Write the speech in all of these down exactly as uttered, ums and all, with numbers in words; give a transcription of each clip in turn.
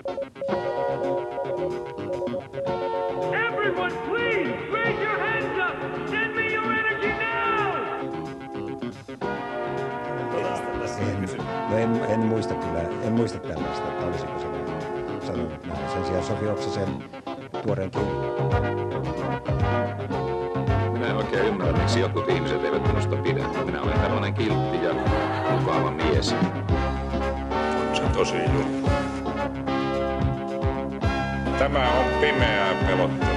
Everyone, please raise your hands up. Send me your energy now. No en, en muista kyllä, en muista tällaista, että olisiko se sanonut näin. Sen sijaan Sofi Oksasen tuoreen kirjan. Minä en oikein ymmärrä, miksi jotkut ihmiset eivät minusta pidä. Minä olen tällainen kiltti ja mukava mies. Se on tosi juttu. Tämä on pimeää pelottelua.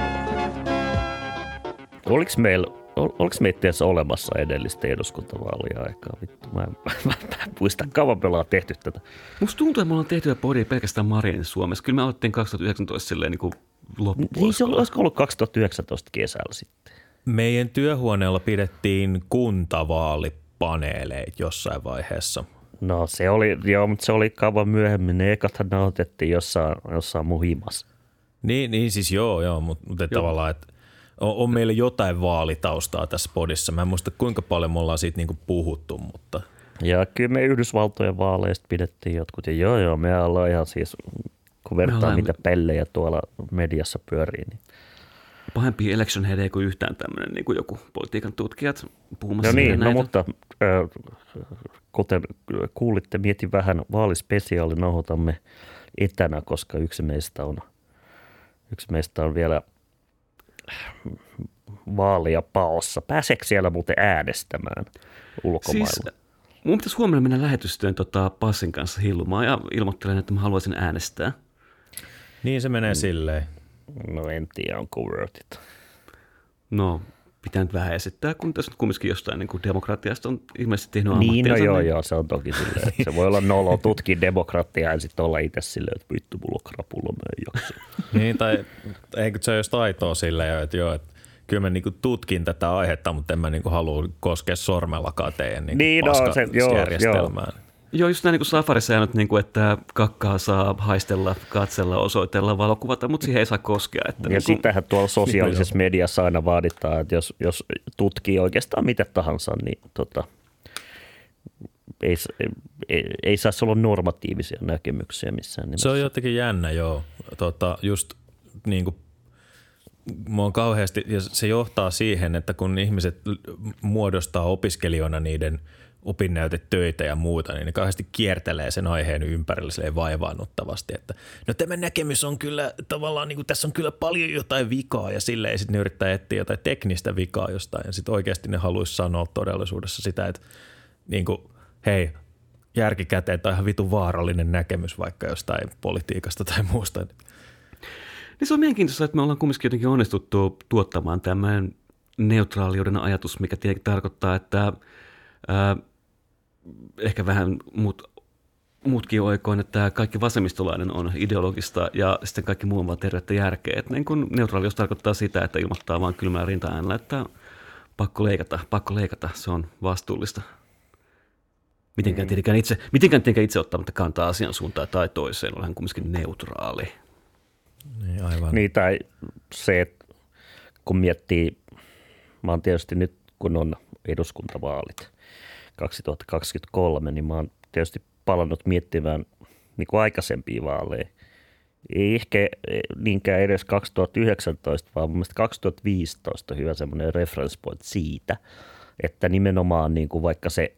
Oliko meillä, ol, oliko meitä edes olemassa edellistä eduskuntavaalia aikaa? Vittu, mä en, mä en muista, kauan me ollaan tehty tätä. Musta tuntuu, että me ollaan tehty podia pelkästään Marinin Suomessa. Kyllä me aloittiin kaksituhattayhdeksäntoista silleen niin kuin loppupuoliskolla. Niin se olisiko ollut kaksituhattayhdeksäntoista kesällä sitten? Meidän työhuoneella pidettiin kuntavaalipaneeleita jossain vaiheessa. No se oli, joo, mutta se oli kauan myöhemmin. Ne ekathan nautettiin jossain, jossain mun himassa. Niin, niin siis joo, joo mutta, mutta tavallaan, että on, on meillä jotain vaalitaustaa tässä podissa. Mä en muista kuinka paljon me ollaan siitä niinku puhuttu, mutta. Ja kyllä me Yhdysvaltojen vaaleista pidettiin jotkut. Ja joo, joo, me ollaan ihan siis, kun vertaa niitä pellejä tuolla mediassa pyörii. Niin. Pahempi election head kuin yhtään tämmöinen niin kuin joku politiikan tutkijat puhumassa. No niin, no näitä. mutta äh, kuten kuulitte, mietin vähän vaalispesiaali, nauhoitamme etänä, koska yksi meistä on, yksi meistä on vielä vaalia paossa. Pääseekö siellä muuten äänestämään ulkomailla? Siis mun pitäisi huomenna mennä lähetystöön tota, passin kanssa hillumaan ja ilmoittelen, että mä haluaisin äänestää. Niin se menee mm. silleen. No en tiedä, onko worth it. No, pitää nyt vähän esittää, kun tässä nyt kumminkin jostain niin kuin demokratiasta on ilmeisesti tehnyt Niin, ammattiansa. no joo, niin... joo, se on toki silleen. Se voi olla nolo tutkia demokratiaa ja sitten olla itse silleen, että vittu, mulla on krapulla, mä en jaksa. Niin, tai eikö se ole just aitoa silleen, että joo, että kyllä mä niinku tutkin tätä aihetta, mutta en mä niinku halua koskea sormellakaan teidän niinku niin, no, se, joo, järjestelmään. Joo. Joo, just näin niin kuin safarisäännöt, niin kuin, että kakkaa saa haistella, katsella, osoitella, valokuvata, mutta siihen ei saa koskea. Että ja niin kuin... sitähän tuolla sosiaalisessa mediassa aina vaaditaan, että jos, jos tutkii oikeastaan mitä tahansa, niin tota, ei, ei, ei saisi olla normatiivisia näkemyksiä missään nimessä. Se on jotenkin jännä, joo. Tota, just niin kuin mä oon kauheasti, ja se johtaa siihen, että kun ihmiset muodostaa opiskelijoina niiden opinnäytetöitä ja muuta, niin ne kauheasti kiertelee sen aiheen ympärillä silleen vaivaannuttavasti, että no tämä näkemys on kyllä tavallaan, niin kuin tässä on kyllä paljon jotain vikaa ja silleen sitten ne yrittää etsiä jotain teknistä vikaa jostain ja sitten oikeasti ne haluaisi sanoa todellisuudessa sitä, että niin kuin, hei, järkikäteen tai ihan vitun vaarallinen näkemys vaikka jostain politiikasta tai muusta. Niin se on mielenkiintoista, että me ollaan kumminkin jotenkin onnistuttu tuottamaan tämän neutraaliuden ajatus, mikä tietenkin tarkoittaa, että ää, ehkä vähän muut, muutkin oikoin, että kaikki vasemmistolainen on ideologista ja sitten kaikki muu on vaan tervettä järkeä. Että niin kun neutraalius tarkoittaa sitä, että ilmoittaa vaan kylmällä rinta-äänellä, että pakko leikata, pakko leikata, se on vastuullista. Mitenkään tietenkään itse, mitenkään tietenkään itse ottamatta kantaa asian suuntaan tai toiseen, olen kumminkin neutraali. Niin, aivan. Niin, tai se, että kun miettii, mä oon tietysti nyt, kun on eduskuntavaalit kaksituhattakaksikymmentäkolme, niin mä oon tietysti palannut miettimään niin kuin aikaisempia vaaleja. Ei ehkä niinkään edes kaksituhattayhdeksäntoista, vaan mun mielestä kaksituhattaviisitoista on hyvä semmoinen reference point siitä, että nimenomaan niin kuin vaikka se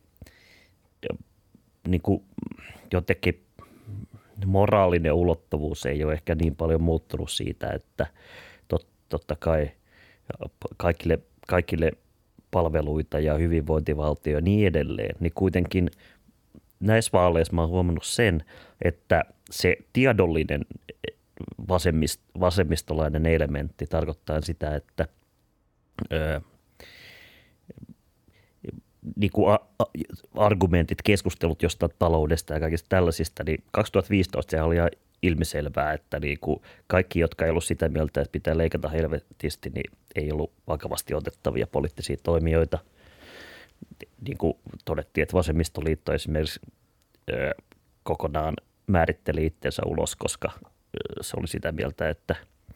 niin kuin jotenkin moraalinen ulottuvuus ei ole ehkä niin paljon muuttunut siitä, että tot, totta kai kaikille, kaikille palveluita ja hyvinvointivaltio ja niin edelleen, niin kuitenkin näissä vaaleissa mä oon huomannut sen, että se tiedollinen vasemmist, vasemmistolainen elementti tarkoittaa sitä, että öö, niin kuin a, a, argumentit, keskustelut jostain taloudesta ja kaikista tällaisista, niin kaksituhattaviisitoista se oli ihan ilmiselvää, että niin kuin kaikki, jotka ei ollut sitä mieltä, että pitää leikata helvetisti, niin ei ollut vakavasti otettavia poliittisia toimijoita. Niin kuin todettiin, että vasemmistoliitto esimerkiksi ö, kokonaan määritteli itsensä ulos, koska ö, se oli sitä mieltä, että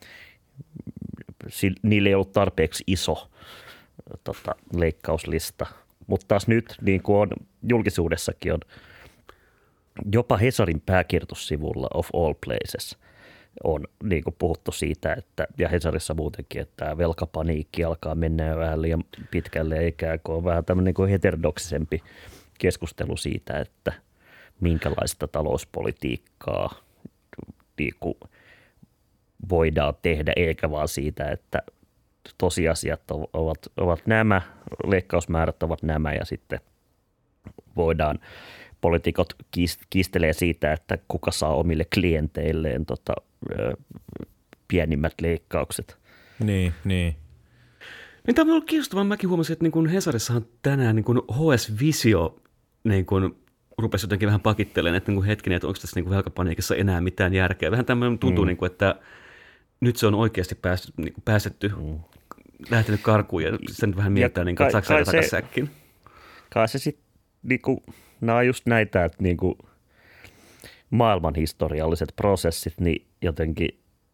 si, niillä ei ollut tarpeeksi iso tota, leikkauslista. Mutta taas nyt, niin kuin on julkisuudessakin on, jopa Hesarin pääkirjoitussivulla of all places on niin kuin puhuttu siitä, että, ja Hesarissa muutenkin, että tämä velkapaniikki alkaa mennä jo vähän liian pitkälle, eikä ole vähän tämmöinen niin kuin heterodoksisempi keskustelu siitä, että minkälaista talouspolitiikkaa niin kuin voidaan tehdä, eikä vaan siitä, että tosiasiat ovat, ovat nämä, leikkausmäärät ovat nämä ja sitten voidaan, poliitikot kiistelee siitä, että kuka saa omille klienteilleen tota, pienimmät leikkaukset. Niin, niin. Niin tämä on ollut kiinnostavaa. Mäkin huomasin, että niin kuin Hesarissahan tänään niin kuin H S-visio niin kuin rupesi jotenkin vähän pakittelemaan, että niin kuin hetkinen, että onko tässä niin kuin velkapaniikissa enää mitään järkeä. Vähän tämmöinen tuntuu, mm. niin kuin, että nyt se on oikeasti päästy, niin kuin päästetty, mm. lähtenyt karkuun ja sitten vähän miettää, niin kuin, että saako se säkkiin. Kai se sitten, niin kuin, nämä on just näitä, että niin kuin maailmanhistorialliset prosessit, niin jotenkin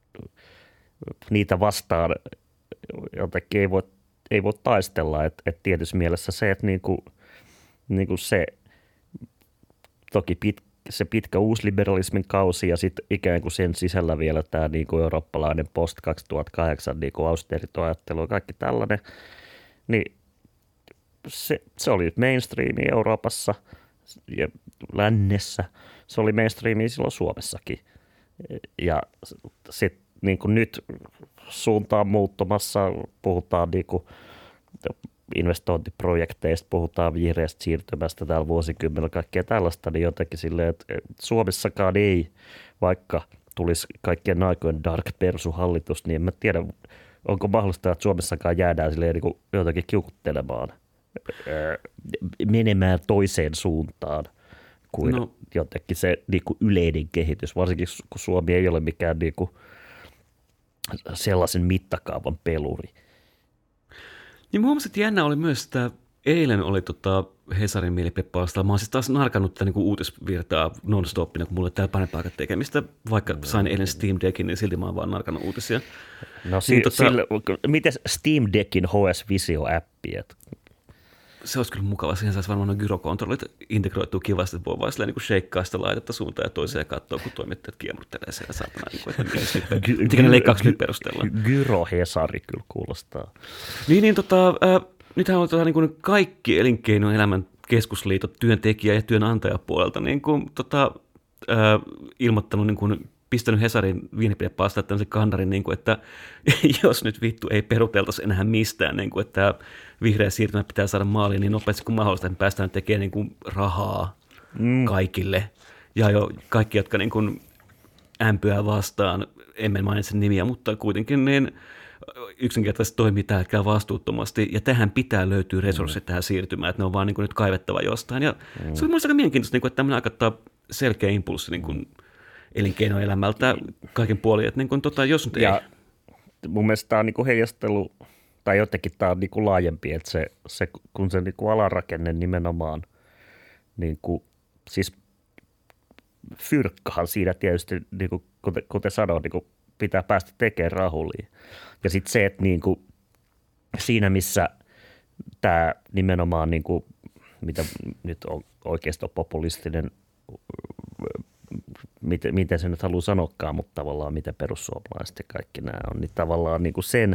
niitä vastaan jotenkin ei voi, ei voi taistella. Että et tietyssä mielessä se, että niin kuin, niin kuin se toki pit, se pitkä uusliberalismin kausi ja sitten ikään kuin sen sisällä vielä tämä niin kuin eurooppalainen post kaksituhattakahdeksan niin kuin austeritoajattelu ja kaikki tällainen, niin se, se oli mainstreami Euroopassa ja lännessä. Se oli mainstreami silloin Suomessakin. Ja sitten niin kuin nyt suuntaan muuttumassa, puhutaan niin kuin investointiprojekteista, puhutaan vihreästä siirtymästä täällä vuosikymmenellä, kaikkea tällaista, niin jotenkin silleen, että Suomessakaan ei, vaikka tulisi kaikkien aikojen dark persu-hallitus, niin en mä tiedä, onko mahdollista, että Suomessakaan jäädään silleen niin kuin jotenkin kiukuttelemaan, menemään toiseen suuntaan kuin no. jotenkin se niin kuin yleinen kehitys, varsinkin kun Suomi ei ole mikään niin kuin sellaisen mittakaavan peluri. Niin mun mielestä jännä oli myös, että eilen oli tota Hesarin mielipidepalstalla. Mä oon siis taas narkannut tätä niinku uutisvirtaa non-stoppina, kun mulla ei täällä parempaa tekemistä. Vaikka sain eilen Steam Deckin, niin silti mä oon vaan narkannut uutisia. No si- niin, tota, sille, miten Steam Deckin H S Visio-appi? Se olisi kyllä mukava. Siihen saisi varmaan noin gyrokontrollit integroituu kivasti, että voi vaan silleen niin sheikkaa sitä laitetta suuntaan ja toiseen katsoa, kun toimittajat kiemurtelee siellä saatana. Niin miten ne leikkaukset nyt perustellaan? Gyro-Hesari kyllä kuulostaa. Niin, niin tota, äh, nythän on tota, niin kuin kaikki elinkeinoelämän keskusliitot työntekijä- ja työnantajapuolelta niin kuin, tota, äh, ilmoittanut, niin kuin, pistänyt Hesarin mielipidepalstalle tämmöisen kandarin, niin kuin, että jos nyt vittu ei peruteltaisi enää mistään, niin kuin, että vihreä siirtymä pitää saada maaliin niin nopeasti kuin mahdollista, että päästään tekemään niin kuin rahaa mm. kaikille. Ja jo kaikki, jotka niin kuin ämpyää vastaan, emme mainitse nimiä, mutta kuitenkin niin yksinkertaisesti toimii tällä hetkellä vastuuttomasti, ja tähän pitää löytyä resurssit mm. tähän siirtymään, että ne on vaan niin kuin nyt kaivettava jostain. Ja mm. se oli minusta aika mielenkiintoista, niin kuin, että tämmöinen aika selkeä impulssi niin kuin elinkeinoelämältä kaiken puolin, että niin kuin, tota, jos nyt ja ei. Mun mielestä tämä on niin kuin heijastelu, tai jotenkin tämä on niin kuin laajempi, että se, se, kun se niin kuin alarakenne nimenomaan, niin kuin, siis fyrkkahan siinä tietysti, niin kuin, kuten, kuten sanoin, niin kuin pitää päästä tekemään rahuliin. Ja sitten se, että niin kuin, siinä missä tämä nimenomaan, niin kuin, mitä nyt on oikeistopopulistinen, miten, miten se nyt haluaa sanoakaan, mutta tavallaan mitä perussuomalaiset ja kaikki nämä on, niin tavallaan niin kuin sen,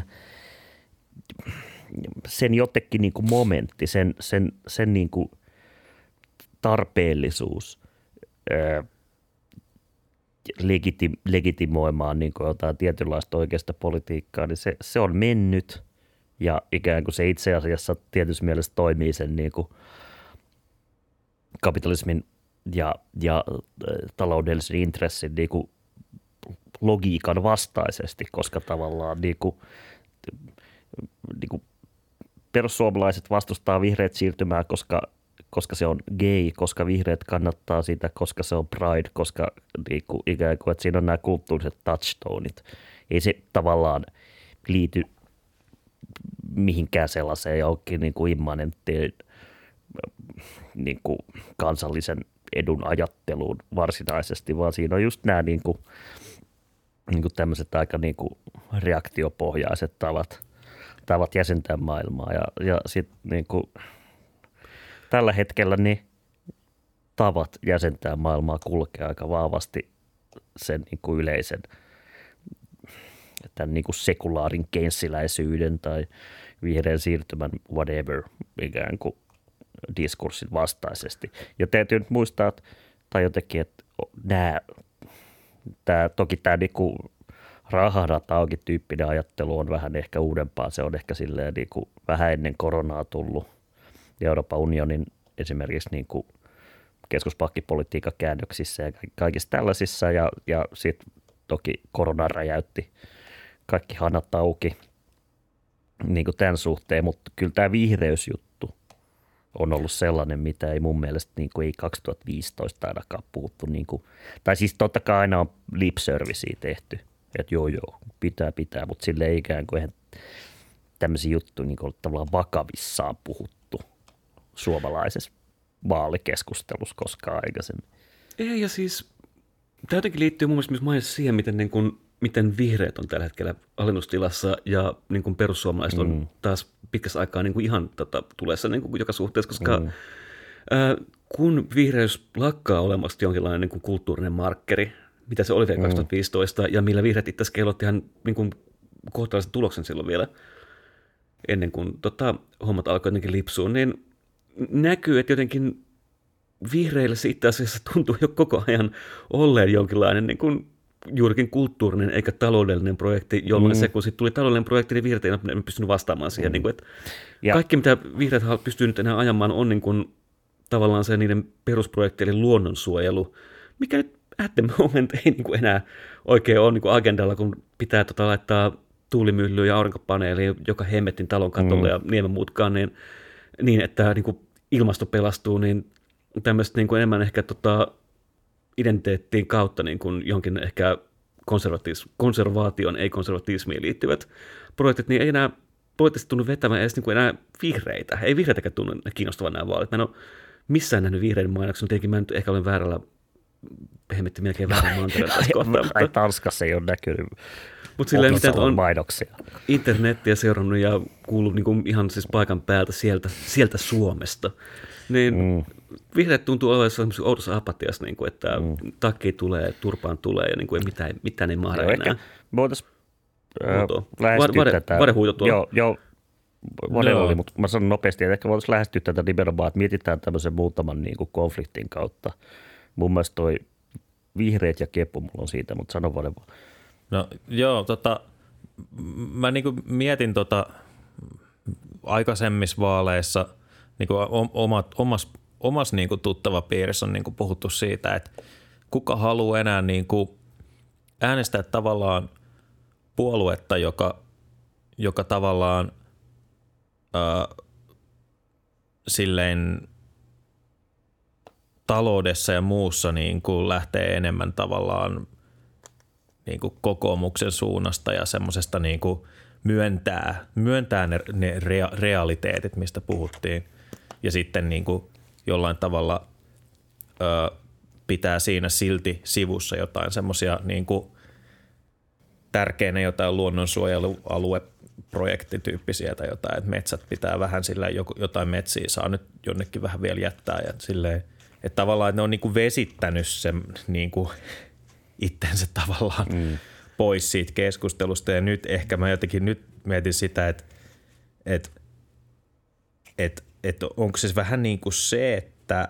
sen jotenkin niin kuin momentti, sen, sen, sen niin kuin tarpeellisuus ää, legiti, legitimoimaan niin kuin jotain tietynlaista oikeasta politiikkaa, niin se, se on mennyt ja ikään kuin se itse asiassa tietysti mielessä toimii sen niin kuin kapitalismin ja, ja taloudellisen intressin niin kuin logiikan vastaisesti, koska tavallaan niin kuin, niin kuin perussuomalaiset vastustaa vihreät siirtymää, koska, koska se on gay, koska vihreät kannattaa sitä, koska se on pride, koska niin kuin, ikään kuin, että siinä on nämä kulttuuriset touchstoneit. Ei se tavallaan liity mihinkään sellaiseen johonkin niin kuin immanenttiin niin kuin kansallisen edun ajatteluun varsinaisesti, vaan siinä on just nämä niin kuin, niin kuin tämmöiset aika niin kuin reaktiopohjaiset tavat, tavat jäsentää maailmaa. Ja, ja sitten niin kuin tällä hetkellä niin tavat jäsentää maailmaa kulkee aika vahvasti sen niin kuin yleisen tämän niin kuin sekulaarin keynesiläisyyden tai vihreän siirtymän whatever ikään kuin diskurssin vastaisesti. Ja täytyy nyt muistaa, että, tai jotenkin, että nämä, tämä, toki tämä niin kuin rahahdata auki tyyppinen ajattelu on vähän ehkä uudempaa. Se on ehkä silleen niin kuin vähän ennen koronaa tullut Euroopan unionin esimerkiksi niin kuin keskuspankkipolitiikan käännöksissä ja kaikissa tällaisissa. Ja, ja sitten toki korona räjäytti kaikki hanat auki niin kuin tämän suhteen, mutta kyllä tämä vihreysjuttu on ollut sellainen, mitä ei mun mielestä niin kuin ei kaksituhattaviisitoista ainakaan puhuttu. Niin kuin, tai siis totta kai aina on lip servicea tehty, että joo joo, pitää pitää, mutta sille ei ikään kuin tämmöisiä juttuja niin kuin tavallaan vakavissaan puhuttu suomalaisessa vaalikeskustelussa koskaan aikaisemmin. Ei, ja siis tämä jotenkin liittyy mun mielestä myös mainitsi siihen, miten, niin kuin, miten vihreät on tällä hetkellä alennustilassa ja niin kuin perussuomalaiset on mm. taas pitkässä aikaa niin kuin ihan tota, tulessa niin kuin joka suhteessa, koska mm. ää, kun vihreys lakkaa olemassa jonkinlainen niin kuin kulttuurinen markkeri, mitä se oli vielä mm. kaksituhattaviisitoista, ja millä vihreät itse asiassa kellotti ihan niin kuin kohtalaisen tuloksen silloin vielä, ennen kuin tota, hommat alkoi jotenkin lipsuun, niin näkyy, että jotenkin vihreille se itse asiassa tuntuu jo koko ajan olleen jonkinlainen niin kuin juurikin kulttuurinen eikä taloudellinen projekti, jolloin mm. se, kun sitten tuli taloudellinen projekti, niin vihreät ei pystynyt vastaamaan siihen. Mm. Niin kuin, että kaikki, mitä vihreät pystyy nyt enää ajamaan, on niin kuin, tavallaan se niiden perusprojekti, eli luonnonsuojelu, mikä nyt at the moment ei niin kuin enää oikein ole niin kuin agendalla, kun pitää tota laittaa tuulimyllyä ja aurinkopaneelia joka hemmetin talon katolle mm. ja niemenmutkaan, niin, niin että niin kuin ilmasto pelastuu, niin tämmöistä niin kuin enemmän ehkä tota, identiteettiin kautta niin kuin jonkin ehkä konservatiis- konservaation, ei-konservatismiin liittyvät projektit, niin ei enää poliittisesti tunnu vetämään edes niin kuin enää vihreitä. Ei vihreitäkään tunnu kiinnostavan nämä vaalit. Mä en ole missään nähnyt vihreiden mainoksia, mutta tietenkin mä nyt ehkä olen väärällä, hemmetti melkein väärän mantereella tässä kohtaa. Mutta... Ai Tanskassa ei ole näkynyt Mutta silleen, mitä on mainoksia. Internettiä seurannut ja kuullut niin kuin ihan siis paikan päältä sieltä, sieltä Suomesta, niin mm. vihreät tuntuu olevan sellaisessa oudossa apatiassa, niin kuin, että mm. takki tulee, turpaan tulee ja niin kuin, mitään, mitään ei mahda enää. Me voitaisiin äh, lähestyä vade, tätä. Vadehuuto tuolla. Joo, joo. Vade no. oli, mutta mä sanon nopeasti, että ehkä voitaisiin lähestyä tätä nimenomaan, että mietitään tämmöisen muutaman niin kuin konfliktin kautta. Mun mielestä toi vihreät ja kepu, mulla on siitä, mutta sano Vade. No joo, tota, mä niin kuin mietin tota aikaisemmissa vaaleissa, niin kuin omat, omas, omas niin kuin tuttava piirissä on niin kuin puhuttu siitä, että kuka haluaa enää niin kuin äänestää tavallaan puoluetta, joka, joka tavallaan ää, silleen taloudessa ja muussa niin kuin lähtee enemmän tavallaan niin kuin kokoomuksen suunnasta ja semmoisesta niin kuin myöntää, myöntää ne, ne rea, realiteetit, mistä puhuttiin, ja sitten niin kuin jollain tavalla ö, pitää siinä silti sivussa jotain semmoisia niin kuin tärkeänä jotain luonnonsuojelualueprojektityyppisiä tai jotain, että metsät pitää vähän sillä jotain metsiä saa nyt jonnekin vähän vielä jättää, ja silleen, että tavallaan että ne on niin kuin vesittänyt sen niin kuin itsensä tavallaan mm. pois siitä keskustelusta, ja nyt ehkä mä jotenkin nyt mietin sitä, että, että, että, että onko se vähän niin kuin se, että,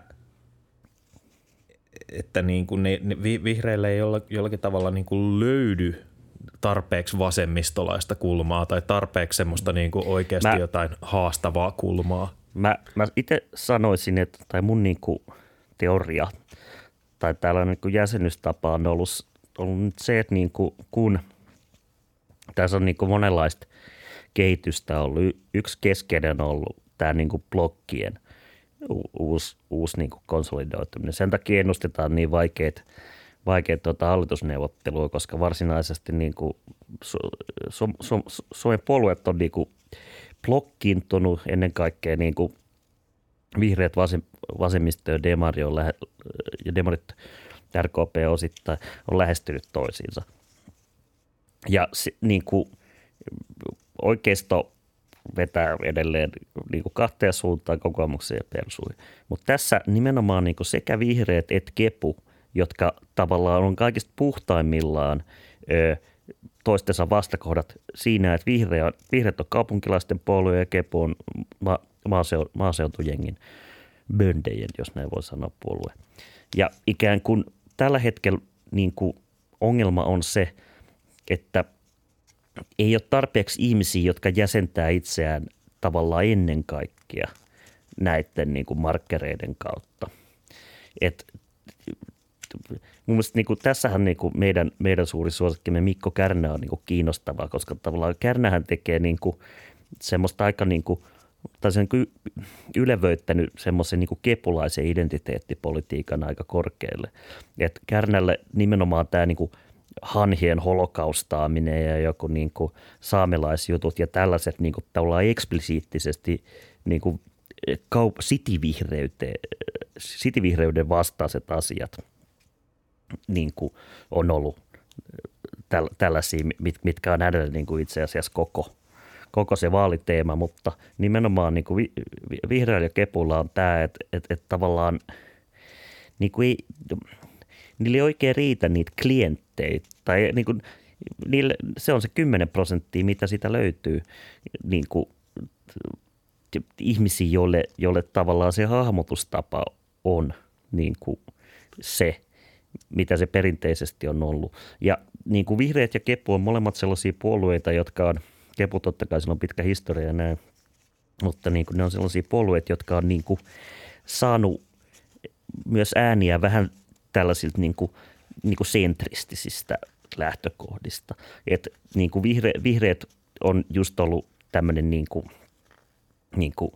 että niin kuin ne, ne vihreille ei jollakin tavalla niin kuin löydy tarpeeksi vasemmistolaista kulmaa tai tarpeeksi semmoista niin kuin oikeasti mä, jotain haastavaa kulmaa. Mä, mä itse sanoisin, että tai mun niin kuin teoria tai tällainen niin jäsennystapa on ollut, ollut nyt se, että niin kuin, kun tässä on niin kuin monenlaista kehitystä ollut, yksi keskeinen on ollut tämä niin kuin blokkien uusi, uusi niin kuin konsolidoituminen. Sen takia ennustetaan niin vaikeita, vaikeita tuota hallitusneuvottelua, koska varsinaisesti niin kuin Su- Su- Su- Suomen puolueet on niin kuin blokkiintunut ennen kaikkea niin kuin vihreät vasem, vasemmisto ja demari on lähe, ja demarit R K P osittain on lähestynyt toisiinsa. Ja se, niin kuin oikeisto vetää edelleen niin kuin kahteen suuntaan kokoomuksen ja persuihin. Mutta tässä nimenomaan niin kuin sekä vihreät että kepu, jotka tavallaan on kaikista puhtaimmillaan ö, toistensa vastakohdat siinä, että vihreä, vihreät on kaupunkilaisten puolue ja Kepu on ma, maaseu, maaseutujengin böndejen, jos näin voi sanoa, puolue. Ja ikään kuin tällä hetkellä niin kuin ongelma on se, että ei ole tarpeeksi ihmisiä, jotka jäsentää itseään tavallaan ennen kaikkea näiden niin kuin markkereiden kautta. Et, mun mielestä niin kuin, tässähän niin kuin meidän, meidän suuri suosikkimme Mikko Kärnä on niin kuin kiinnostavaa, koska tavallaan Kärnähän tekee niin kuin semmoista aika niin kuin, tai se on niin ylevöittänyt semmoisen niin kuin kepulaisen identiteettipolitiikan aika korkealle. Et Kärnälle nimenomaan tämä niin kuin hanhien holokaustaaminen ja joku niin kuin saamelaisjutut ja tällaiset niin kuin tavallaan eksplisiittisesti niin kuin kaup- sitivihreyden vastaiset asiat niin kuin on ollut täl- tällaisia, mit- mitkä on hänelle niin kuin itse asiassa koko, koko se vaaliteema, mutta nimenomaan niin kuin vi- vi- vihreällä ja kepulla on tämä, että et, et tavallaan niin kuin ei, niille ei oikein riitä niitä klienttejä tai niin kuin, niille, se on se kymmenen prosenttia, mitä sitä löytyy niin kuin ihmisiä, joille, joille tavallaan se hahmotustapa on niin kuin se, mitä se perinteisesti on ollut. Ja niin kuin vihreät ja Kepu on molemmat sellaisia puolueita, jotka on, Kepu totta kai sillä on pitkä historia ja näin, mutta niin kuin ne on sellaisia puolueita, jotka on niin kuin saanut myös ääniä vähän tällaisilta niin kuin, niin kuin sentristisistä lähtökohdista. Et niin kuin vihre, vihreät on just ollut tämmöinen niin kuin, niin kuin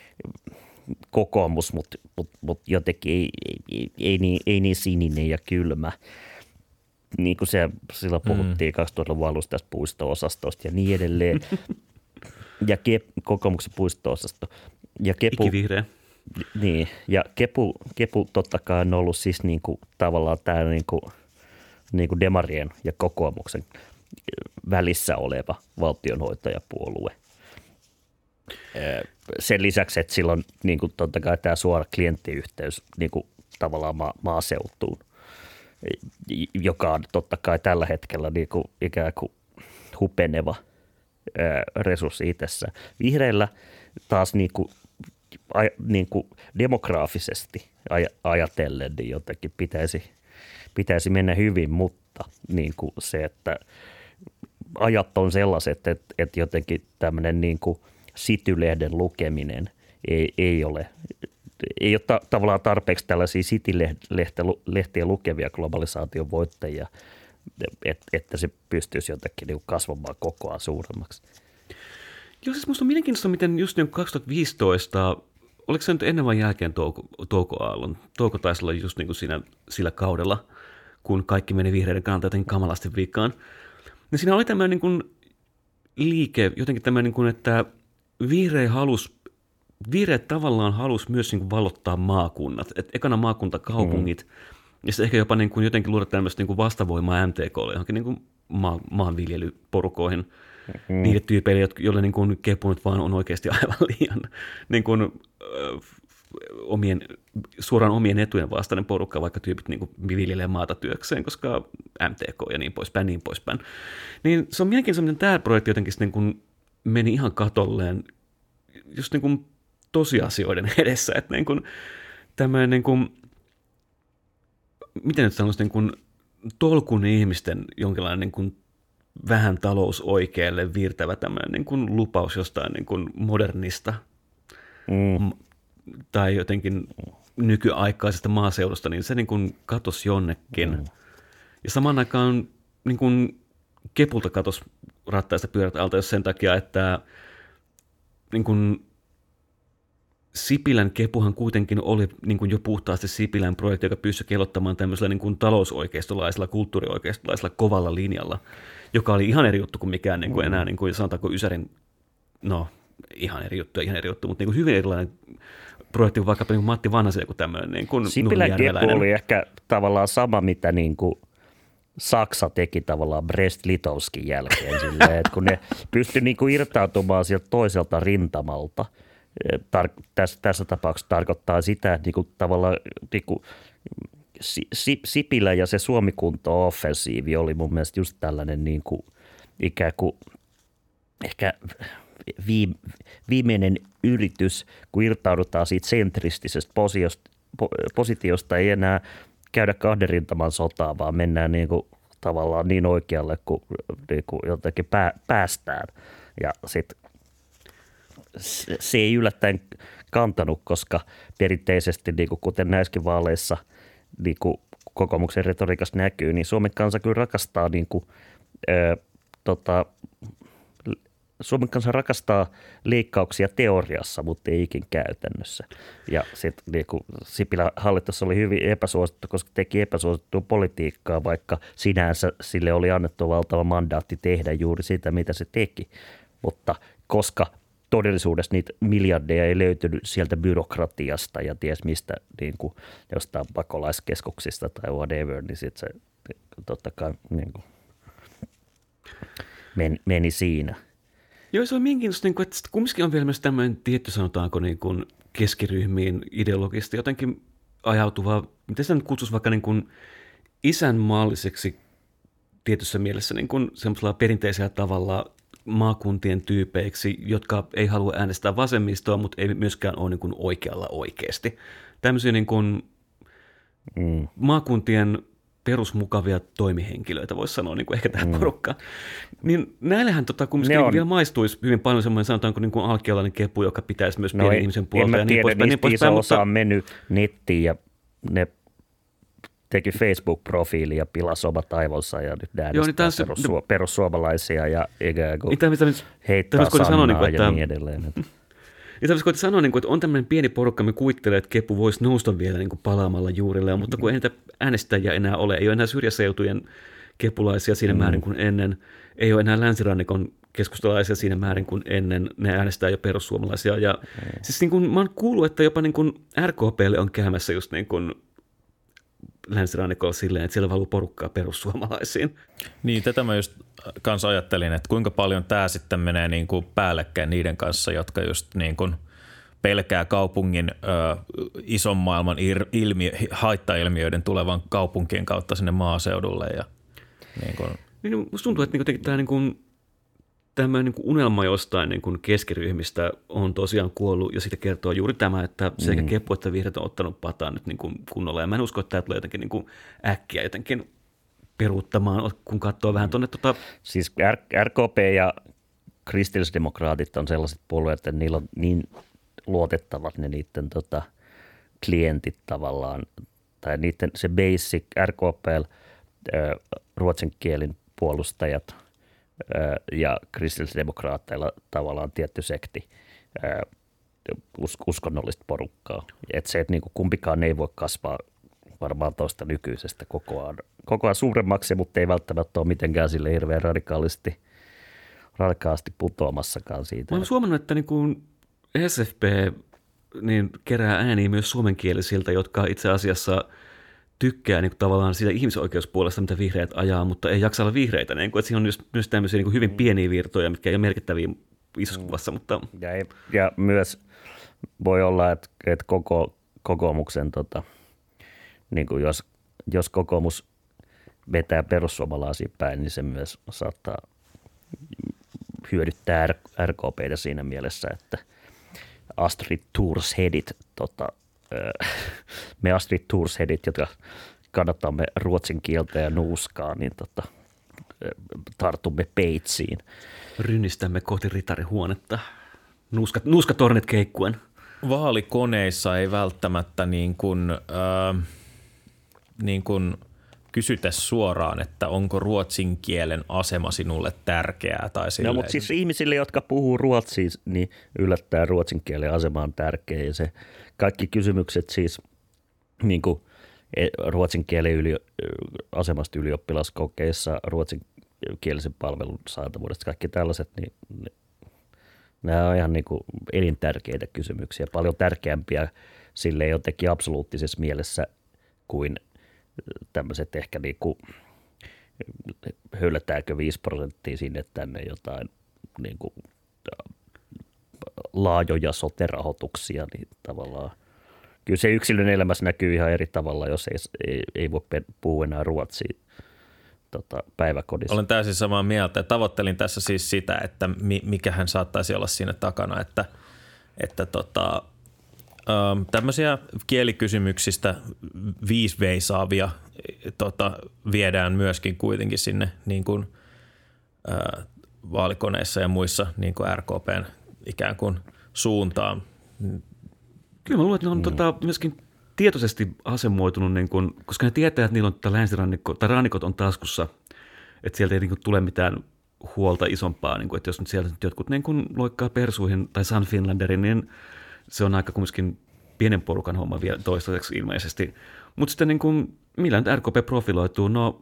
kokoomus, mutta mut, mut jotenkin ei, ei, ei, niin, ei niin sininen ja kylmä. Niin kuin se, silloin puhuttiin mm. kaksituhattaluvun alusta tästä puisto-osastosta ja niin edelleen. Ja ke, kokoomuksen puisto-osasto. Ja Kepu, ikivihreä. Niin, ja Kepu, Kepu totta kai on ollut siis niin kuin, tavallaan tämä niin kuin, niin kuin demarien ja kokoomuksen välissä oleva valtionhoitajapuolue. Sen lisäksi, että sillä on niin kuin, totta kai tämä suora klienttiyhteys niin kuin, tavallaan ma- maaseutuun, joka on totta kai tällä hetkellä niin kuin, ikään kuin hupeneva ää, resurssi itsessään. Vihreillä taas niin kuin, a, niin kuin demograafisesti aj- ajatellen niin jotenkin pitäisi, pitäisi mennä hyvin, mutta niin kuin se, että ajat on sellaiset, että, että jotenkin tämmöinen niin kuin City-lehden lukeminen ei, ei ole, ei ole ta- tavallaan tarpeeksi tällaisia City-lehtiä lukevia globalisaation voittajia, et, että se pystyisi jotenkin niin kasvamaan koko ajan suuremmaksi. Joo, siis musta on mielenkiintoista, miten just niin kaksituhattaviisitoista, oliko se nyt ennen vai jälkeen touko, toukoaallon? Touko taisi olla just niin kuin siinä, sillä kaudella, kun kaikki meni vihreiden kannalta jotenkin kamalasti viikkaan. Ja siinä oli tämmöinen niin kuin liike, jotenkin tämmöinen, niin kuin, että vihreä halus, vihreät tavallaan halus myös niin kuin valottaa maakunnat. Et ekana maakuntakaupungit, mm. ja sitten ehkä jopa niin kuin jotenkin luoda tämmöistä niin kuin vastavoimaa M T K:lle, johonkin niin kuin maa, maanviljelyporukoihin. Mm. Niille tyypeille, joille niin kuin Kepu nyt vaan on oikeasti aivan liian niin kuin, ö, omien, suoraan omien etujen vastainen porukka, vaikka tyypit niin kuin viljelee maata työkseen, koska M T K ja niin poispäin, niin poispäin. Niin se on mielenkiintoista, miten tämä projekti jotenkin niin kuin meni ihan katolleen just niin kuin tosiasioiden edessä, että niin kuin tämmöinen, niin kuin, miten nyt sanoisi, niin kuin tolkun ihmisten jonkinlainen niin kuin vähän talousoikealle virtävä tämmöinen niin kuin lupaus jostain niin kuin modernista mm. tai jotenkin nykyaikaisesta maaseudusta, niin se niin kuin katosi jonnekin. Mm. Ja samaan aikaan niin kuin Kepulta katosi rattaista pyörät alta, jos sen takia, että niin kuin Sipilän Kepuhan kuitenkin oli niin kuin jo puhtaasti Sipilän projekti, joka pystyi kelottamaan tämmöisellä niin kuin talousoikeistolaisella, kulttuurioikeistolaisella kovalla linjalla, joka oli ihan eri juttu kuin mikään niin kuin enää, niin kuin sanotaanko Ysärin, no ihan eri juttu, ihan eri juttu, mutta niin kuin hyvin erilainen projekti kuin vaikka niin kuin Matti Vanhasen joku tämmöinen niin kuin Sipilän Kepu oli ehkä tavallaan sama, mitä niin kuin Saksa teki tavallaan Brest-Litovskin jälkeen silleen, että kun ne pystyi niin kuin irtautumaan sieltä toiselta rintamalta. Tar- tässä, tässä tapauksessa tarkoittaa sitä, että niin kuin tavallaan niin kuin Sipilä ja se Suomi-kunto-offensiivi oli mun mielestä just tällainen niin kuin ikään kuin ehkä viimeinen yritys, kun irtaudutaan siitä sentristisestä positiosta, ei enää käydä kahden rintaman sotaa, vaan mennään niin kuin tavallaan niin oikealle kuin, niin kuin jotenkin pää, päästään. Ja sitten se, se ei yllättäen kantanut, koska perinteisesti, niin kuin kuten näissäkin vaaleissa niin kuin kokoomuksen retoriikassa näkyy, niin Suomen kansa kyllä rakastaa niin kuin, ö, tota, Suomen kansa rakastaa leikkauksia teoriassa, mutta ei ikin käytännössä. Ja sitten niin Sipilän hallitus oli hyvin epäsuosittu, koska teki epäsuosittua politiikkaa, vaikka sinänsä sille oli annettu valtava mandaatti tehdä juuri sitä, mitä se teki. Mutta koska todellisuudessa niitä miljardeja ei löytynyt sieltä byrokratiasta ja ties mistä niin kuin jostain pakolaiskeskuksista tai whatever, niin sitten se totta kai niin kuin meni siinä. Joo, se on mielenkiintoista, että kumminkin on vielä myös tämmöinen tietty, sanotaanko niin kuin keskiryhmiin ideologisesti jotenkin ajautuva, miten sitä nyt kutsuisi vaikka niin kuin isänmaalliseksi tietyssä mielessä niin kuin semmoisella perinteisellä tavalla maakuntien tyypeiksi, jotka ei halua äänestää vasemmistoa, mutta ei myöskään ole niin kuin oikealla oikeasti. Tämmöisiä niin kuin mm. maakuntien perusmukavia toimihenkilöitä, voisi sanoa, niin kuin ehkä tähän mm. porukkaan. Niin näillähän tota, kumminkin on vielä maistuisi hyvin paljon semmoinen, sanotaanko niin kuin alkiolainen kepu, joka pitäisi myös no pienen ei, ihmisen puolta. En mä tiedä, niin niistä iso osa mutta on mennyt nettiin ja ne teki Facebook-profiili ja pilasi omat aivonsa ja nyt äänestää niin perussu- no, perussuomalaisia ja ikään kuin niin, heittää sanaa niin kuin, ja että, niin edelleen. Ja tämmöistä koitin sanoa, että on tämmöinen pieni porukka, me kuvittelee, että kepu voisi nousta vielä niin kuin palaamalla juurille, mutta kun ei niitä äänestäjiä enää ole, ei ole enää syrjäseutujen kepulaisia siinä mm. määrin kuin ennen, ei ole enää länsirannikon keskustalaisia siinä määrin kuin ennen, ne äänestää jo perussuomalaisia. Ja mm. siis niin kuin, mä oon kuullut, että jopa niin kuin R K P:lle on käymässä just niin kuin länsirannikolla silleen, että siellä valuu porukkaa perussuomalaisiin. Niin, tätä mä just kanssa ajattelin, että kuinka paljon tämä sitten menee niin kuin päällekkäin niiden kanssa, jotka just niin kuin pelkää kaupungin ö, ison maailman ilmi, haittailmiöiden tulevan kaupunkien kautta sinne maaseudulle. Ja, niin kuin. Niin, musta tuntuu, että niin tämä niin tämmöinen niin unelma jostain niin kuin keskiryhmistä on tosiaan kuollut, ja siitä kertoo juuri tämä, että sekä mm. kepu että vihreät on ottanut pataan nyt niin kuin kunnolla. Ja mä en usko, että tämä tulee jotenkin niin kuin äkkiä jotenkin peruuttamaan, kun katsoo vähän tuonne. Tota... Siis R K P ja kristillisdemokraatit on sellaiset puolueet, että niillä on niin luotettavat ne niiden tota, klientit tavallaan, tai niiden se basic R K P, ruotsin kielin puolustajat ja kristillisdemokraatteilla tavallaan tietty sekti uskonnollista porukkaa. Että se, että niinku kumpikaan ei voi kasvaa varmaan tuosta nykyisestä kokoaan, kokoaan suuremmaksi, mutta ei välttämättä ole mitenkään sille hirveän radikaalisti, radikaalisti putoamassakaan siitä. Mä olen suomannut, että niin kuin S F P niin kerää ääniä myös suomenkielisiltä, jotka itse asiassa tykkää niin kuin tavallaan siitä ihmisoikeuspuolesta, mitä vihreät ajaa, mutta ei jaksa olla vihreitä. Niin kuin, että siinä on myös, myös tämmöisiä niin kuin hyvin pieniä virtoja, mitkä ei ole merkittäviä isossa kuvassa. Mutta... Ja, ei, ja myös voi olla, että, että koko, kokoomuksen, tota, niin kuin jos, jos kokoomus vetää perussuomalaisiin päin, niin se myös saattaa hyödyttää R K P:tä siinä mielessä, että Astrid Thorshedit, tota, me Astrid Thorshedit, jotka kannatamme ruotsin kieltä ja nuuskaa, niin tota, tartumme peitsiin. Rynnistämme kohti ritarihuonetta, nuuskat, nuuskatornet keikkuen. Vaalikoneissa ei välttämättä niin kuin, äh, niin kuin kysytä suoraan, että onko ruotsin kielen asema sinulle tärkeää. Tai no, mutta siis ihmisille, jotka puhuu ruotsia, niin yllättää ruotsin kielen asema on tärkeä. Ja se kaikki kysymykset siis niin kuin ruotsin kielen yli, asemasta ylioppilaskokeissa, ruotsin kielisen palvelun saatavuudesta, kaikki tällaiset, niin ne, nämä on ihan niin kuin elintärkeitä kysymyksiä. Paljon tärkeämpiä sille jotenkin absoluuttisessa mielessä kuin tämmöiset ehkä niin kuin höylätäänkö viisi prosenttia sinne tänne jotain niin kuin laajoja sote-rahoituksia, niin tavallaan kyllä se yksilön elämässä näkyy ihan eri tavalla, jos ei, ei, ei voi puhua enää ruotsia tota, päiväkodissa. Olen täysin samaa mieltä. Tavoittelin tässä siis sitä, että mikähän saattaisi olla siinä takana, että, että tota, ähm, tämmöisiä kielikysymyksistä viisveisaavia tota, viedään myöskin kuitenkin sinne niin kuin, äh, vaalikoneissa ja muissa niin kuin R K P:n ikään kuin suuntaan. Kyllä mä luulen, että ne on mm. tota, myöskin tietoisesti asemoitunut, niin kun, koska ne tietää, että niillä on tätä länsirannikko, tai rannikot on taskussa, että sieltä ei niin kun, tule mitään huolta isompaa, niin kun, että jos nyt sieltä nyt jotkut niin kun, loikkaa persuihin tai Sun Finlanderin, niin se on aika kumminkin pienen porukan homma vielä toistaiseksi ilmeisesti. Mutta sitten niin kun, millä nyt R K P profiloituu? No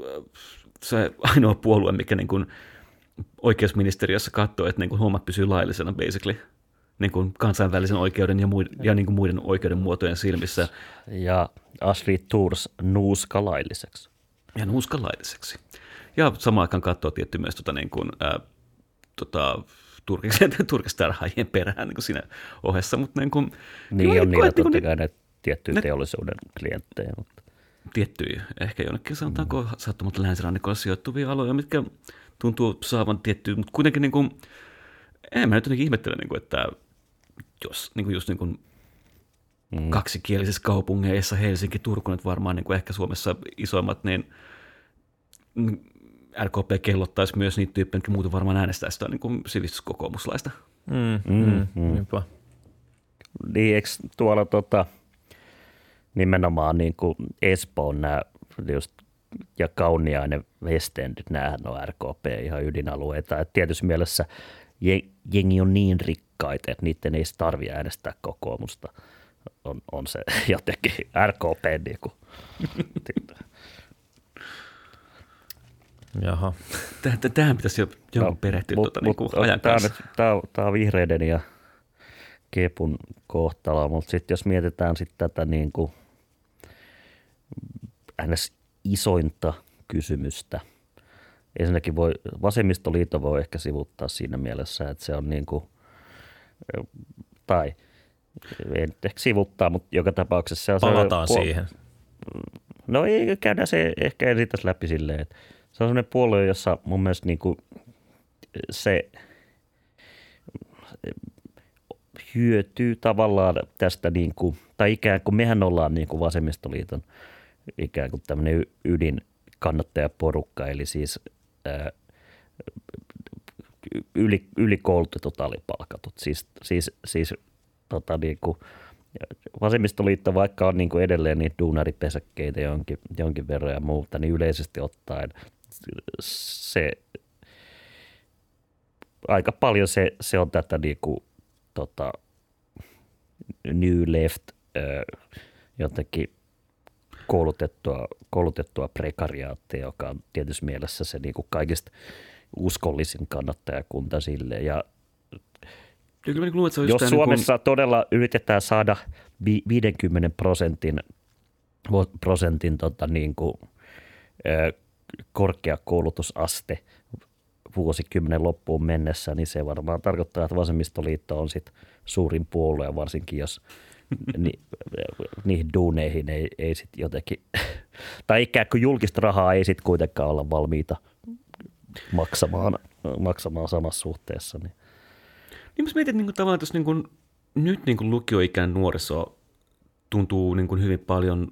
se ainoa puolue, mikä niin kun, oikeusministeriössä katsoo, että niin kun, hommat pysyy laillisena basically. Niin kuin kansainvälisen oikeuden ja muiden, ja niin kuin muiden oikeuden muotojen silmissä. Ja Ashley Thurs nuuskalailliseksi. Ja nuuskalailliseksi. Ja samaan aikaan katsoo tietty myös tota, niin kuin, ää, tota, turkistarhaajien perään niin kuin siinä ohessa. Mutta, niin kuin, niin on niillä totta kai ne tiettyjä teollisuuden klienttejä. Mutta. Tiettyjä. Ehkä jonnekin sanotaanko mm. sattumalta länsirannikolla sijoittuvia aloja, mitkä tuntuu saavan tiettyä, mutta kuitenkin niin kuin, en mä nyt jotenkin ihmettele, niin kuin, että jos niin kuin just niin kuin mm. kaksikielisissä kaupungeissa, Helsinki, Turku nyt varmaan niin kuin ehkä Suomessa isoimmat, niin R K P kellottaisi myös niitä tyyppejä, jotka muuten varmaan äänestää sitä niin kuin sivistyskokoomuslaista. Mm, mm, mm. Niinpä. Niin, eikö tuolla tota, nimenomaan niin kuin Espoon nämä just, ja Kauniainen Westendit, näähän on R K P ihan ydinalueita. Et tietysti mielessä jengi on niin rikkaita, että niiden ei tarvitse äänestää kokoomusta. On, on se jotenkin R K P. Niin kuin. Jaha. Tähän pitäisi jo jonkun no, perehtyä tuota, niin kuin ajan kanssa. Tämä on, tämä on vihreiden ja Kepun kohtalo, mutta sitten jos mietitään sit tätä niin kuin ns. Isointa kysymystä, ensinnäkin voi, vasemmistoliitto voi ehkä sivuttaa siinä mielessä, että se on niin kuin, tai ei nyt ehkä sivuttaa, mutta joka tapauksessa se on palataan se, siihen. No ei käydä se ehkä esitäisi läpi silleen, että se on sellainen puolue, jossa mun mielestä niin kuin se hyötyy tavallaan tästä, niin kuin, tai ikään kuin mehän ollaan niin kuin vasemmistoliiton ikään kuin tämmöinen ydin kannattajaporukka, eli siis ää, yli, ylikoulutetut alipalkatut. Siis, siis, siis tota, niin kuin, vasemmistoliitto, vaikka on niin kuin edelleen niitä duunaripesäkkeitä jonkin, jonkin verran ja muuta, niin yleisesti ottaen se aika paljon se, se on tätä niin kuin, tota, New Left ää, jotenkin koulutettua, koulutettua prekariaattia, joka on tietysti mielessä se niin kuin kaikista uskollisin kannattajakunta sille. Ja kyllä, niin luulen, jos Suomessa niin kuin todella yritetään saada viidenkymmenen prosentin, prosentin tota niin kuin, korkeakoulutusaste vuosikymmenen loppuun mennessä, niin se varmaan tarkoittaa, että vasemmistoliitto on sit suurin puolue, varsinkin jos ni, niihin duuneihin ei, ei sit jotenkin, tai ikään kuin julkista rahaa ei sit kuitenkaan olla valmiita maksamaan, maksamaan samassa suhteessa. Niin, niin mä mietin niin kuin tavallaan, että jos niin kuin, nyt niin kuin lukioikään nuoriso tuntuu niin kuin hyvin paljon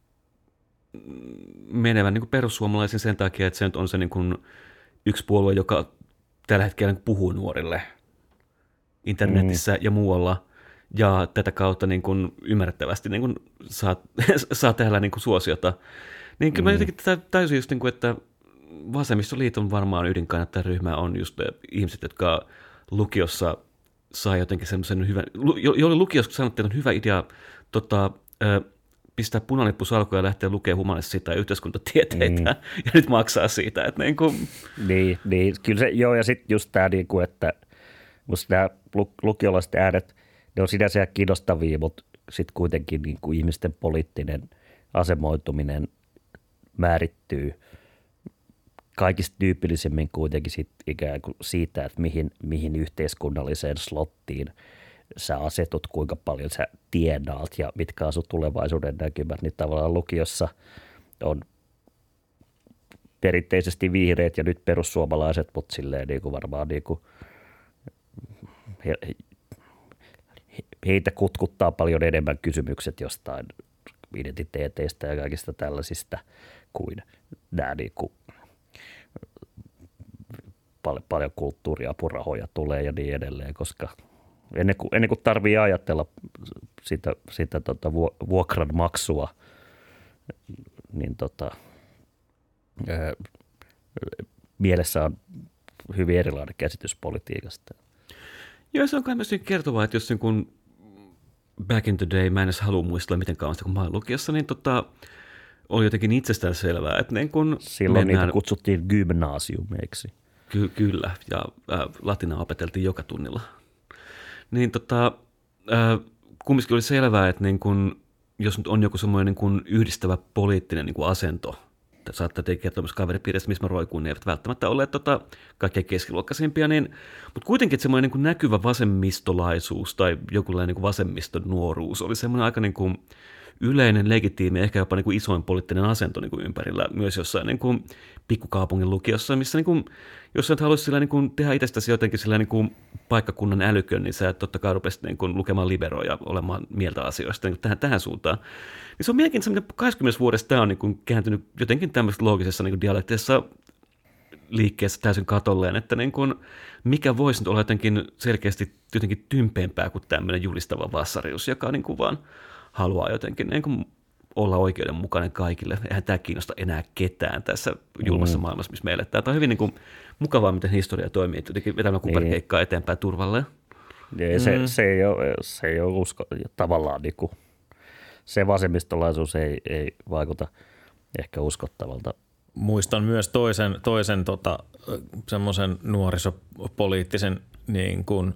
menevän niin kuin perussuomalaisen sen takia, että se nyt on se niin kuin yksi puolue, joka tällä hetkellä puhuu nuorille internetissä mm. ja muualla, ja tätä kautta niin kuin ymmärrettävästi niin kuin saa, saa tehdä niin kuin suosiota. Niin kyllä mm. mä jotenkin tätä täysin just niin kuin, että vasemmistoliiton varmaan ydinkannattajaryhmä on just ihmiset, jotka lukiossa saa jotenkin semmoisen hyvän, jolle lukiossa sanottiin, että on hyvä idea tota, pistää punalippu salkuun ja lähteä lukemaan humanistisia tai yhteiskuntatieteitä mm. ja nyt maksaa siitä. Että niin, kuin niin, niin, kyllä se, joo, ja sitten just tämä, niin kuin, että musta nämä lukiolaiset äänet, ne on sinänsä ihan kiinnostavia, mutta sitten kuitenkin niin kuin ihmisten poliittinen asemoituminen määrittyy kaikista tyypillisemmin kuitenkin sit ikään kuin siitä, että mihin, mihin yhteiskunnalliseen slottiin sä asetut, kuinka paljon sä tienaat ja mitkä on sun tulevaisuuden näkymät, niin tavallaan lukiossa on perinteisesti vihreät ja nyt perussuomalaiset, mutta silleen niin kuin varmaan niin kuin he, heitä kutkuttaa paljon enemmän kysymykset jostain identiteeteistä ja kaikista tällaisista kuin nämä niin kuin paljon, paljon kulttuuriapurahoja tulee ja niin edelleen, koska ennen kuin, ennen kuin tarvii ajatella sitä, sitä tota vuokran maksua, niin tota, ää, mielessä on hyvin erilainen käsitys politiikasta. Joo, se on kai myös kertovaa, että jos kun back in the day, mä en edes halua muistella miten kauan sitä, kun mä olin lukiossa, niin tota, oli jotenkin itsestään selvää, että niin kun silloin mennään, niitä kutsuttiin gymnasiumeiksi. Ky- kyllä, ja äh, latinaa opeteltiin joka tunnilla. Niin tota, äh, kumminkin oli selvää, että niin kun, jos nyt on joku semmoinen niin kun yhdistävä poliittinen niin kun asento, saattaa tehdä kertoa myös kaveripiirissä, missä mä roikuin, niin eivät välttämättä olleet tota, kaikkein keskiluokkaisimpia, niin, mutta kuitenkin semmoinen niin kuin näkyvä vasemmistolaisuus tai jokinlainen niin vasemmiston nuoruus oli semmoinen aika niin kuin yleinen, legitiimi, ehkä jopa niin kuin isoin poliittinen asento niin kuin ympärillä, myös jossain niin kuin pikkukaupungin lukiossa, missä niin kuin, jos sä nyt haluaisit sillä, niin kuin tehdä itsestäsi jotenkin sillä, niin kuin paikkakunnan älykön, niin sä totta kai rupesit niin kuin lukemaan liberoja ja olemaan mieltä asioista niin kuin tähän, tähän suuntaan. Niin se on mielenkiintoista, että kaksikymmentä vuodessa tämä on niin kuin kääntynyt jotenkin tämmöisessä loogisessa niin kuin dialektisessa liikkeessä täysin katolleen, että niin kuin, mikä voisi nyt olla jotenkin selkeästi jotenkin tympeämpää kuin tämmöinen julistava vassarius, joka niin kuin vaan haluaa jotenkin niin kuin olla oikeudenmukainen kaikille. Eihän tämä kiinnosta enää ketään tässä julmassa mm. maailmassa, missä me eletään. Tämä on hyvin niin kuin mukavaa, miten historia toimii, että jotenkin vetämään kuperkeikkaa niin eteenpäin turvalleen. Ja se, mm. se ei ole, se ei ole usko, tavallaan niin kuin, se vasemmistolaisuus ei, ei vaikuta ehkä uskottavalta. Muistan myös toisen, toisen tota, semmoisen nuorisopoliittisen niin kuin,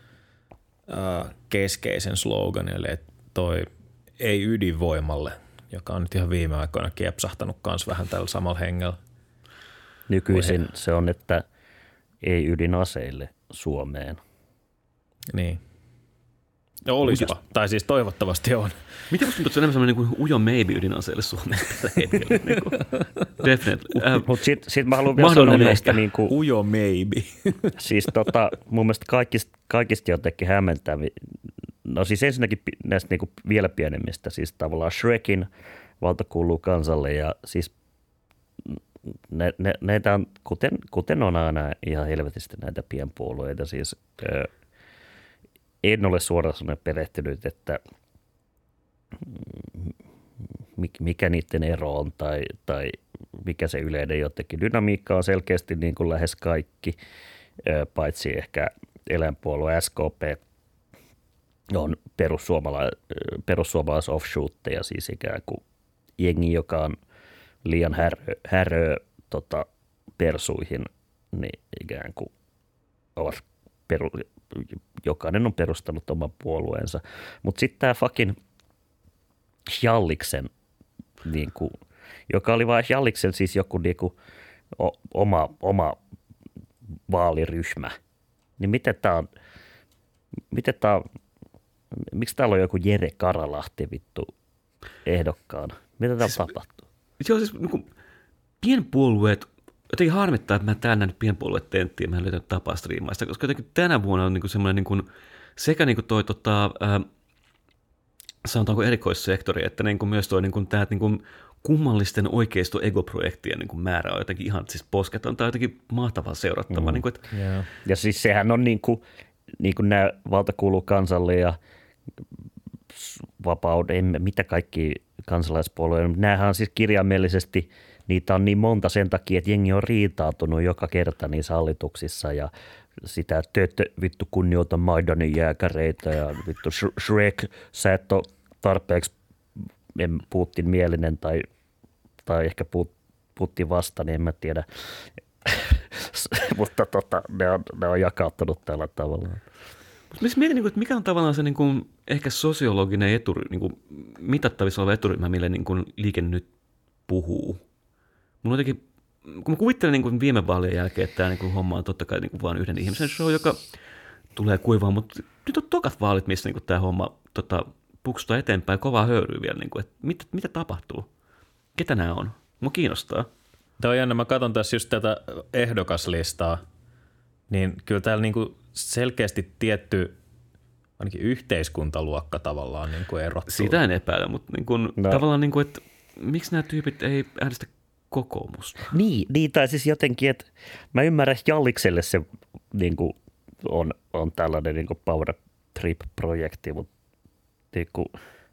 äh, keskeisen sloganin, eli että toi ei ydinvoimalle, joka on nyt ihan viime aikoina kiepsahtanut myös vähän tällä samalla hengellä. Nykyisin se on, että ei ydinaseille Suomeen. Niin. No olisipa. Ujo. Tai siis toivottavasti on. Miten musta tuntuu, että se on enemmän semmoinen niin ujo maybe ydinaseille Suomeen tällä hetkellä? Niin kuin, definitely. Äh, Mutta sitten sit mä haluan vielä sanoa näistä niin kuin, ujo maybe. Siis tota, mun mielestä kaikista, kaikista jotenkin hämmentäviä. No siis ensinnäkin näistä niin kuin vielä pienemmistä, siis tavallaan Shrekin valta kuuluu kansalle ja siis ne, ne, näitä on, kuten, kuten on aina ihan helvetisti näitä pienpuolueita, siis ö, en ole suoraan sellainen perehtynyt, että mikä niiden ero on tai, tai mikä se yleinen jotenkin dynamiikka on selkeästi niin kuin lähes kaikki, ö, paitsi ehkä eläinpuolue S K P on perussuomalais, perussuomalais offshootteja, siis ikään kuin jengi, joka on liian härö, härö tota, persuihin, niin ikään kuin ovat peru, jokainen on perustanut oman puolueensa. Mutta sitten tämä fucking Jalliksen, niin kuin, joka oli vain Jalliksen siis joku niin kuin, o, oma, oma vaaliryhmä, niin miten tämä on, miten tämä on, miksi täällä on joku Jere Karalahti vittu ehdokkaana? Mitä täällä siis, tapahtuu? Se on siis niin kuin, pienpuolueet, jotenkin harmittaa, että mä en täällä nähnyt pienpuolueet tenttiä, mä en löytänyt tapaa striimaista, koska jotenkin tänä vuonna on niin kuin semmoinen niin kuin, sekä niin kuin toi tota, äh, sanotaanko erikoissektori, että niin kuin myös toi niin kuin, tämä niin kuin, kummallisten oikeisto-egoprojektien niin kuin määrä on jotenkin ihan siis posketon tai jotenkin mahtavaa seurattavaa. Mm. Niin kuin, että, yeah. Ja siis sehän on niin kuin, niin kuin nämä valta kuuluu kansalle ja vapauden, mitä kaikki kansalaispuolueet, nämähän on siis kirjaimellisesti, niitä on niin monta sen takia, että jengi on riitautunut joka kerta niissä hallituksissa ja sitä, että te ette vittu kunnioita Maidanin jääkäreitä ja vittu Shrek, sä et ole tarpeeksi Putin mielinen tai, tai ehkä Putin vasta, niin en mä tiedä, mutta tota, ne, on, ne on jakautunut tällä tavalla. Mietin, että mikä on tavallaan se niin kuin, ehkä sosiologinen eturi, niin kuin, mitattavissa oleva eturyhmä, mille niin kuin, liike nyt puhuu. Mulla jotenkin, kun mä kuvittelen niin kuin viime vaalien jälkeen, että tämä niin kuin, homma on totta kai niin kuin, vain yhden ihmisen show, joka tulee kuivaa, mutta nyt on tokat vaalit, missä niin tämä homma tota, puksutaan eteenpäin, kovaa höyryy vielä, niin kuin, että mitä, mitä tapahtuu, ketä nämä on, mua kiinnostaa. Tämä on jännä, mä katson tässä just tätä ehdokaslistaa, niin kyllä täällä niin kuin selkeästi tietty ainakin yhteiskuntaluokka tavallaan niin kuin erottuu. Sitä en epäile, mutta niin kuin, no. tavallaan, niin kuin, että miksi nämä tyypit ei äänestä kokoomusta? Niin, niin tai siis jotenkin, että mä ymmärrän, että Jallikselle se niin kuin on, on tällainen niin kuin power trip-projekti, mutta niin kuin,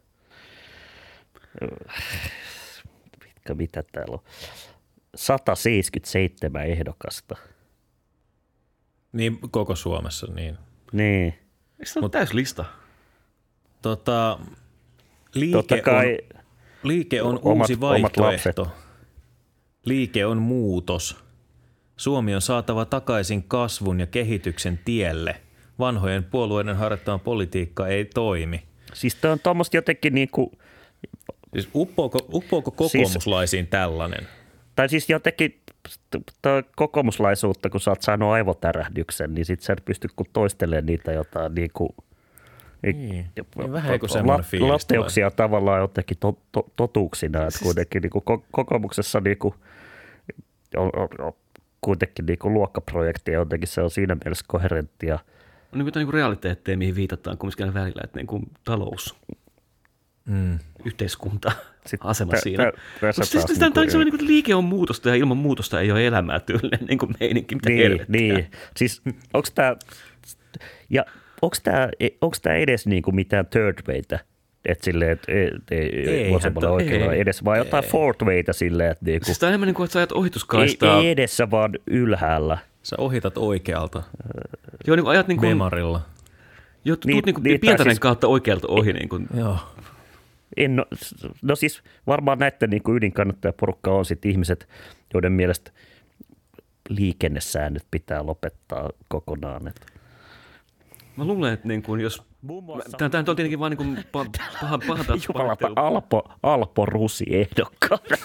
mitkä, mitä täällä on? sata seitsemänkymmentäseitsemän ehdokasta. Niin, koko Suomessa, niin. Niin. Eikö se ole täys lista? Tota, liike, Totta kai on, liike on omat, uusi vaihtoehto. Liike on muutos. Suomi on saatava takaisin kasvun ja kehityksen tielle. Vanhojen puolueiden harjoittama politiikka ei toimi. Siis tämä on tuommoista jotenkin niin kuin... Siis uppoako, uppoako kokoomuslaisiin siis, tällainen? Tai siis jotenkin kokoomuslaisuutta, kun sä oot saanut aivotärähdyksen, niin sit sä et pysty kun toistelemaan niitä jotain niin kuin... Niin, niin vähän joku semmoinen fiilis. Latteuksia tavallaan jotenkin to, to, totuuksina, että kuitenkin niin kuin kokoomuksessa niin kuin, on, on, on kuitenkin niin kuin luokkaprojekti ja jotenkin se on siinä mielessä koherenttia. On niin kuin realiteetteja, mihin viitataan kumminkin välillä, että niin kuin talous, mm. yhteiskunta, sitten asema tä, siinä. Tä, tä, siis niin kuin, se on niin kuin, liike on muutosta ja ilman muutosta ei ole elämää tyylinen niin kuin meininki, mitä niin, helvettiä. Niin, siis onko tämä... Ja onko tämä, onko tämä edes niinku mitään third waytä, että silleen, että ei, ei vasemmalla oikealla edes, vai jotain ei. Fourth waytä silleen, että niinku, siis tämä on enemmän niin kuin, että sä ajat ohituskaistaa. Ei, ei edessä, vaan ylhäällä. Sä ohitat oikealta. Joo, niin kuin ajat niin kuin... Memarilla. Joo, tuut niin, niin kuin Pietarin siis, kautta oikealta ohi. Niin kuin. Joo. En, no, no siis varmaan näiden niin kuin ydinkannattajaporukka on sitten ihmiset, joiden mielestä liikennesäännöt pitää lopettaa kokonaan, että mä luulen, että niin kuin jos... Tämä on tietenkin vaan niin kuin paha, paha Jumalapa, Alpo, Alpo Rusi ehdokkaana.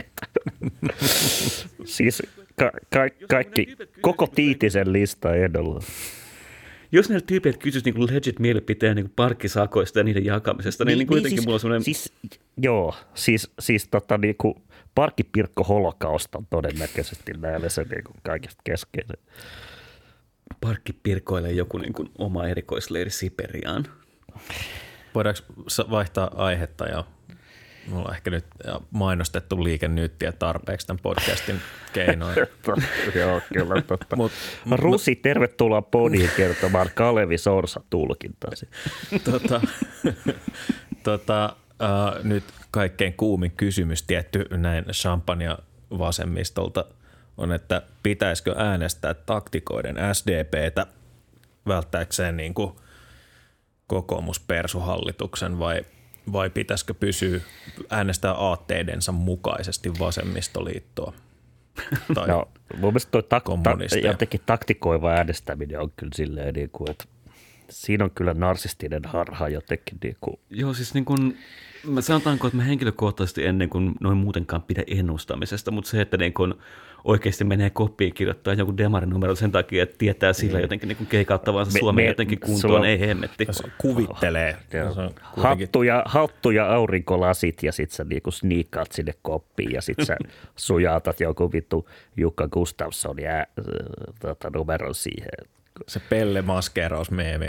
Siis ka, ka, kaikki, koko Tiitisen lista ehdolla. Jos näillä tyypeillä kysyisi niin legit mielipiteen niin parkkisakoista ja niiden jakamisesta, niin, niin, niin kuitenkin siis, mulla on semmoinen... Siis, joo, siis, siis tota, niin kuin parkkipirkko holokaust on todennäköisesti näille se niin kuin kaikista keskeinen. Parkkipirkoille joku niin kuin oma erikoisleiri Siperiaan. Voidaanko vaihtaa aihetta ja mulla on ehkä nyt mainostettu liikennyyttiä tarpeeksi tämän podcastin keinoin. Joo, kyllä totta. Mut, Rusi, tervetuloa podiin kertomaan Kalevi Sorsa tulkintasi. tota, tota, uh, nyt kaikkein kuumin kysymys tietty näin champagne vasemmistolta on, että pitäisikö äänestää taktikoiden S D P:tä välttääkseen niin kuin kokoomuspersuhallituksen vai, vai pitäisikö pysyä äänestää aatteidensa mukaisesti vasemmistoliittoa tai no, mun mielestä toi tak, ta, jotenkin taktikoiva äänestäminen on kyllä silleen, niin kuin, että siinä on kyllä narsistinen harha jotenkin. Niin kuin. Joo, siis niin kuin, mä sanotaanko, että mä henkilökohtaisesti ennen kuin noin muutenkaan pidä ennustamisesta, mutta se, että niin kuin oikeasti menee koppiin kirjoittaa joku demarinumero sen takia, että tietää sillä jotenkin niin keikauttavansa Suomen jotenkin kuntoon, on, ei hemmetti. Kuvittelee. Hattu ja, hattu ja aurinkolasit ja sit sä niinku sniikkaat sinne koppiin ja sit sä sujaatat joku vittu Jukka Gustafsson ja äh, tota, numeron siihen. Se Pelle maskeerausmeemi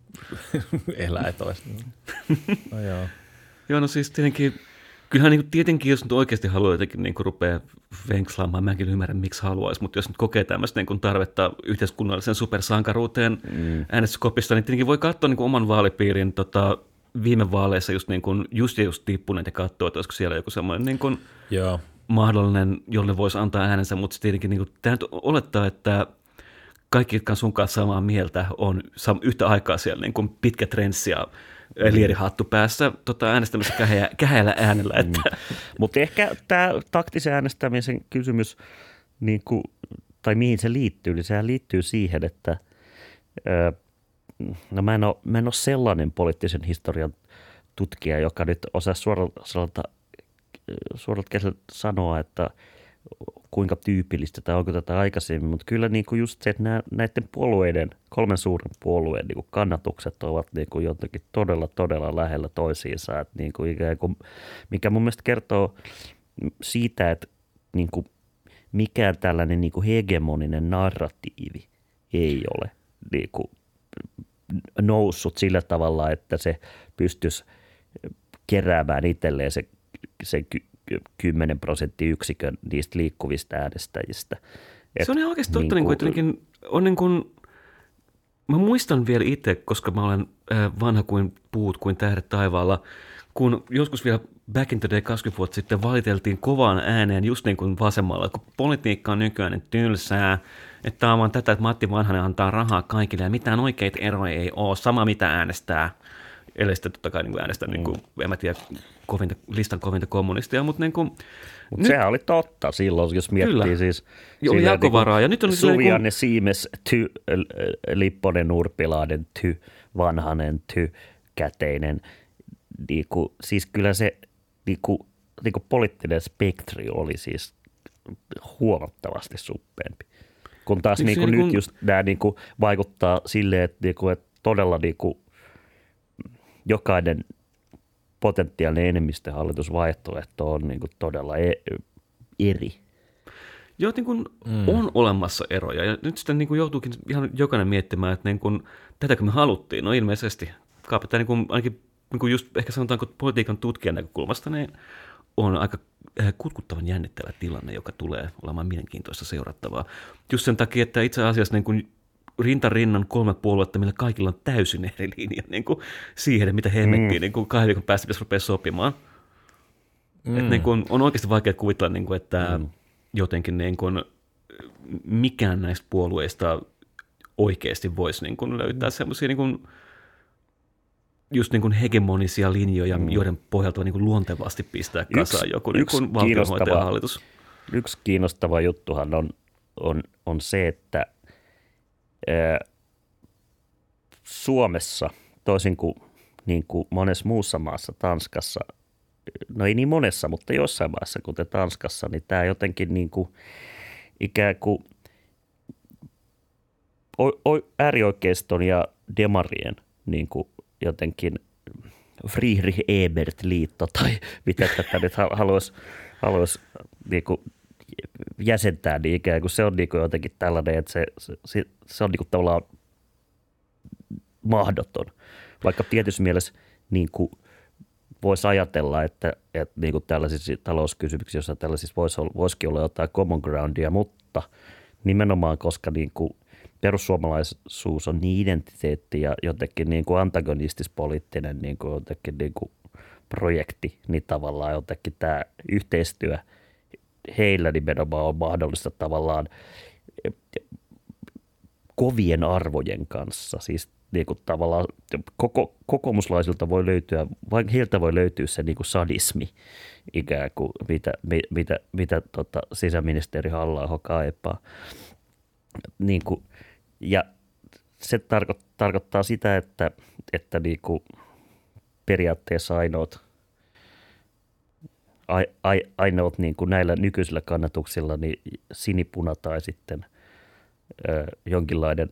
elää toista. No joo. Joo, no siis tietenkin, kyllähän niin tietenkin, jos nyt oikeasti haluaa jotenkin niin rupeaa venkslaamaan, mäkin ymmärrän, miksi haluaisi, mutta jos nyt kokee tämmöistä niin tarvetta yhteiskunnallisen supersankaruuteen mm. äänestyskopista, niin tietenkin voi katsoa niin oman vaalipiirin tota, viime vaaleissa just, niin kuin, just ja just tippuneet ja katsoa, että olisiko siellä joku semmoinen niin kuin Joo. mahdollinen, jolle voisi antaa äänensä, mutta tietenkin niin kuin, tämä nyt olettaa, että kaikki, jotka on sun kanssa samaa mieltä, on yhtä aikaa siellä niin kuin pitkä trenssi ja lierihattu päässä tota, äänestämässä käheä, käheällä äänellä. Että. Mm. Mutta ehkä tämä taktisen äänestämisen kysymys, niin kuin, tai mihin se liittyy, niin sehän liittyy siihen, että ö, no mä en ole, mä en ole sellainen poliittisen historian tutkija, joka nyt osaa suoralta, suoralta käsiltä sanoa, että kuinka tyypillistä tai onko tätä aikaisemmin, mutta kyllä niin kuin just se, että nämä, näiden puolueiden, kolmen suuren puolueen niin kuin kannatukset ovat niin kuin jotenkin todella, todella lähellä toisiinsa, että niin kuin ikään kuin, mikä mun mielestä kertoo siitä, että niin kuin mikään tällainen niin kuin hegemoninen narratiivi ei ole niin kuin noussut sillä tavalla, että se pystyisi keräämään itselleen se, se kymmenen prosenttiyksikön niistä liikkuvista äänestäjistä. Et, se on ihan oikeasti totta, niin kuin, että jotenkin on niin kuin, mä muistan vielä itse, koska mä olen vanha kuin puut, kuin tähdet taivaalla, kun joskus vielä back in the day kaksikymmentä vuotta sitten valiteltiin kovaan ääneen just niin kuin vasemmalla, kun politiikka on nykyään niin tylsää, että tämä on vaan tätä, että Matti Vanhanen antaa rahaa kaikille ja mitään oikeita eroja ei ole, sama mitä äänestää. Eli sitten totta kai niin äänestää, mm. niin kuin, en mä tiedä, kovinta, listan kovinta kommunistia, mutta niin kuin, Mut nyt, sehän oli totta silloin, jos miettii kyllä. siis. Oli jakovaraa. Ja nyt on Suvianne, niin Siimes, Ty, Lipponen, Urpilainen, Ty, Vanhanen, Ty, Käteinen. Niin kuin, siis kyllä se niin kuin, niin kuin poliittinen spektri oli siis huomattavasti suppeempi. Kun taas niin kuin, niin nyt kun... just nämä niin kuin, vaikuttaa silleen, että, niin kuin, että todella niin kuin, jokainen potentiaalinen enemmistöhallitusvaihtoehto on niin kuin todella e- eri. Joo, niin kuin mm. on olemassa eroja ja nyt sitten niin kuin joutuukin ihan jokainen miettimään, että niin kuin, tätäkö me haluttiin. No ilmeisesti, kaapittaa niin kuin, ainakin niin kuin just ehkä sanotaanko politiikan tutkijan näkökulmasta, niin on aika kutkuttavan jännittävä tilanne, joka tulee olemaan mielenkiintoista seurattavaa. Just sen takia, että itse asiassa niin kuin rinta rinnan kolme puoluetta, millä kaikilla on täysin eri linja niin kuin siihen, mitä hemmettiin mm. niin kuin kahden viikon päästä pitäisi rupea sopimaan. Mm. Et niin kuin on oikeasti vaikea kuvitella, niin kuin, että mm. jotenkin niin kuin mikään näistä puolueista oikeasti voisi niin kuin löytää semmoisia niin kuin just niin kuin hegemonisia linjoja, mm. joiden pohjalta niin kuin luontevasti pistää kasaan joku niin kuin valtionhoitajahallitus. Yksi kiinnostava juttuhan on, on, on se, että ää, Suomessa, toisin kuin, niin kuin monessa muussa maassa, Tanskassa, no ei niin monessa, mutta jossain maassa, kuten Tanskassa, niin tämä jotenkin niin kuin, ikään kuin o, o, äärioikeiston ja demarien niin kuin jotenkin Friedrich Ebert-liitto tai mitä tätä nyt haluaisi, haluaisi niin kuin jäsentää, niin ikään kuin se on niin kuin jotenkin tällainen, että se, se, se on niin kuin tavallaan mahdoton. Vaikka tietyssä mielessä niin kuin voisi ajatella, että, että niin kuin tällaisissa talouskysymyksissä, joissa tällaisissa voisi, voisikin olla jotain common groundia, mutta nimenomaan koska niin kuin perussuomalaisuus on niin identiteetti ja jotenkin niin kuin antagonistis-poliittinen niin kuin jotenkin niin kuin projekti, niin tavallaan jotenkin tämä yhteistyö heillä nimenomaan on mahdollista tavallaan kovien arvojen kanssa. Siis niin kuin tavallaan koko, kokoomuslaisilta voi löytyä, vaikka heiltä voi löytyä se niin kuin sadismi ikään kuin, mitä, mitä, mitä tota, sisäministeri Halla-aho kaipaa. Niin kuin, ja se tarko, tarkoittaa sitä, että, että niin kuin periaatteessa ainoat, a, a, ainoat niin kuin näillä nykyisillä kannatuksilla niin sinipuna tai sitten ö, jonkinlainen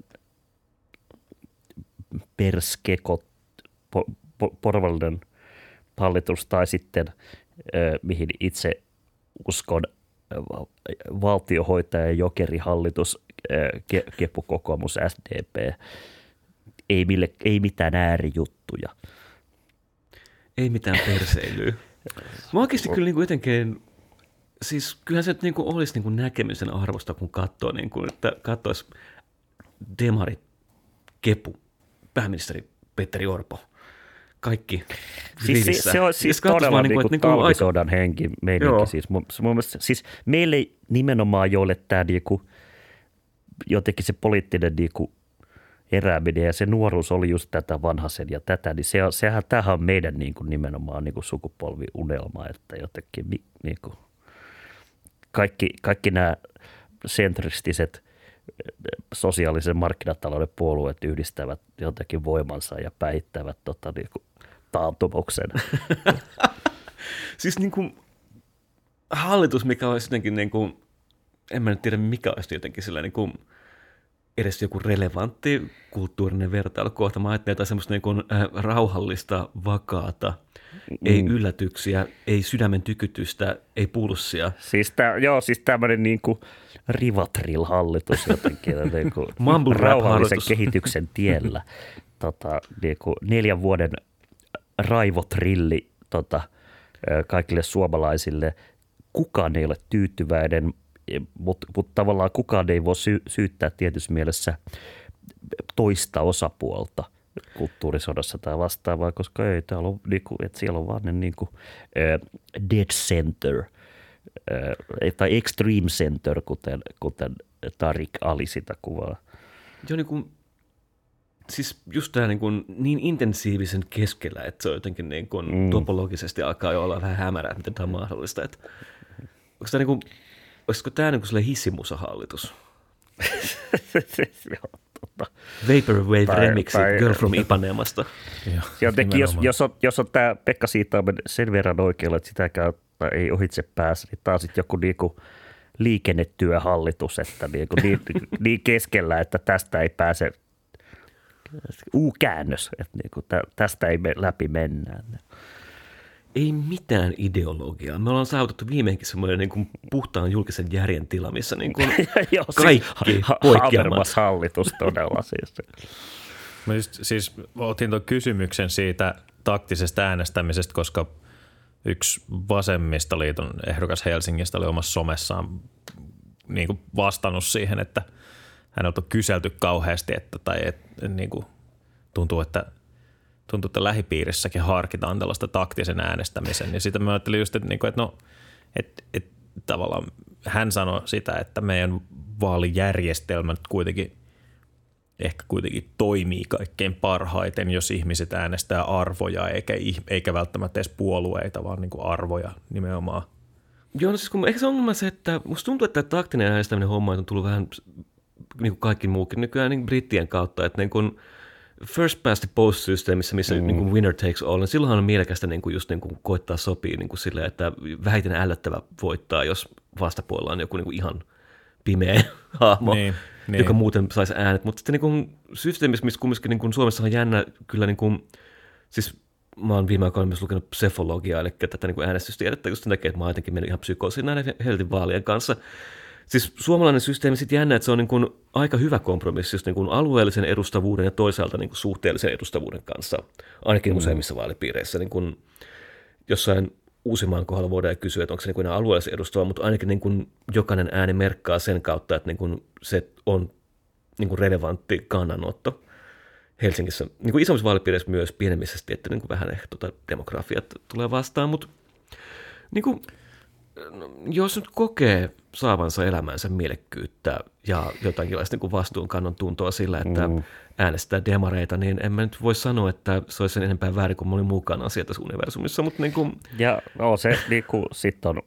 perskekot, po, po, porvallinen hallitus tai sitten ö, mihin itse uskon valtiohoitaja jokerihallitus, ke, kepukokoomus, S D P, ei, mille, ei mitään äärijuttuja. Ei mitään perseilyä. Mä oikeasti kyllä niin kuin jotenkin, siis kyllähän se niin kuin olisi niin kuin näkemisen arvosta, kun katsoo, niin kuin, että katsoisi demari, kepu, pääministeri Petteri Orpo, kaikki siis se, se on siis todella niin kuin, niin kuin talvisodan aika... henki meininki. Siis, mun, mun mielestä, siis meille nimenomaan, joille tämä niin kuin, jotenkin se poliittinen niin kuin herääminen ja se nuoruus oli just tätä Vanhasen ja tätä, niin se, sehän tämähän on meidän niin kuin, nimenomaan niin kuin sukupolviunelma, että jotenkin niin kuin, kaikki, kaikki nämä sentristiset sosiaalisen markkinatalouden puolueet yhdistävät jotenkin voimansa ja päittävät tota, niin kuin, taantumuksen. Siis niin kuin hallitus, mikä olisi jotenkin niin kuin en mä nyt tiedä mikä olisi jotenkin sillä niin kuin edes joku relevantti kulttuurinen vertailukohta. Mä ajattelin jotain semmoista niin kuin, äh, rauhallista, vakaata, mm. ei yllätyksiä, ei sydämen tykytystä, ei pulssia. Siis tää, joo, siis tämmöinen niin kuin Rivatril-hallitus jotenkin, niin kuin rauhallisen kehityksen tiellä. Tota, niin kuin neljän vuoden raivotrilli tota, kaikille suomalaisille. Kukaan ei ole tyytyväinen, mutta mut tavallaan kukaan ei voi sy- syyttää tietyssä mielessä toista osapuolta kulttuurisodassa tai vastaavaa, koska ei täällä on, niinku, että siellä on vaan ne niinku, äh, dead center äh, tai extreme center, kuten, kuten Tariq Ali sitä kuvaa. Joo, niin kuin, siis just tämä niin, kuin, niin intensiivisen keskellä, että se on jotenkin niin kuin, mm. topologisesti alkaa jo olla vähän hämärää, miten tämä on mahdollista. Että, onko tämä niin kuin, olisiko tämä niin kuin hissimusahallitus? Vaporwave tai, remixi tai, Girl from Ipanemasta. Jotenkin, jos, jos, on, jos on tämä Pekka Siitaamen sen verran oikealla, että sitä kautta ei ohitse pääse, niin tämä on sitten joku niinku liikennetyöhallitus, että niinku niin, niin keskellä, että tästä ei pääse U-käännös, että niinku tästä ei me, läpi mennään. Ei mitään ideologiaa. Me ollaan saavutettu viimeinkin semmoinen niin kuin puhtaan julkisen järjen tila, missä niin kuin kaikki ha- poikkeamat. hallitus todella siis. Mä just, siis otin tuon kysymyksen siitä taktisesta äänestämisestä, koska yksi vasemmistoliiton ehdokas Helsingistä oli omassa somessaan niin kuin vastannut siihen, että häneltä on kyselty kauheasti, että, tai että, niin kuin tuntuu, että tuntuu, että lähipiirissäkin harkitaan tällaista taktisen äänestämisen. Ja sitä mä ajattelin just, että, että, no, että, että tavallaan hän sanoi sitä, että meidän vaalijärjestelmä kuitenkin ehkä kuitenkin toimii kaikkein parhaiten, jos ihmiset äänestää arvoja eikä, eikä välttämättä edes puolueita, vaan niin kuin arvoja nimenomaan. Joo, no siis kun ehkä se ongelma se, että musta tuntuu, että tämä taktinen äänestäminen homma on tullut vähän niin kuin kaikki muukin nykyään niin brittien kautta, että niin kuin first past the post-systeemissä, missä mm. niin kuin winner takes all, niin silloinhan on mielekästä niin kuin just niin kuin koittaa sopia niin kuin silleen, että vähiten ällöttävä voittaa, jos vastapuolella on joku niin kuin ihan pimeä hahmo, niin, niin. joka muuten saisi äänet. Mutta sitten niin kuin systeemissä, missä kumminkin niin kuin Suomessa on jännä kyllä, niin kuin, siis mä oon viime aikoina myös lukenut psefologiaa, eli tätä niin kuin äänestystiedettä just sen takia, että mä oon jotenkin mennyt ihan psykoosiin näiden Helvetin vaalien kanssa. Siis suomalainen systeemi sitten jännä, että se on niin kuin aika hyvä kompromissi just niin kuin alueellisen edustavuuden ja toisaalta niin kuin suhteellisen edustavuuden kanssa, ainakin mm. useimmissa vaalipiireissä. Niin kuin jossain Uusimaan kohdalla voidaan kysyä, että onko se niin kuin alueellisen edustava, mutta ainakin niin kuin jokainen ääni merkkaa sen kautta, että niin kuin se on niin kuin relevantti kannanotto. Helsingissä, niin kuin isommissa vaalipiireissä myös pienemmissä, että niin kuin vähän ehkä tuota demografiat tulee vastaan, mutta niin kuin jos nyt kokee saavansa elämänsä mielekkyyttä ja jotakinlaista niin vastuunkannon tuntoa sillä, että mm. äänestää demareita, niin en mä nyt voi sanoa, että se olisi sen enempää väärin kuin moni muukaan asia tässä universumissa. Mutta niin kuin ja no, se niin kuin, sit on,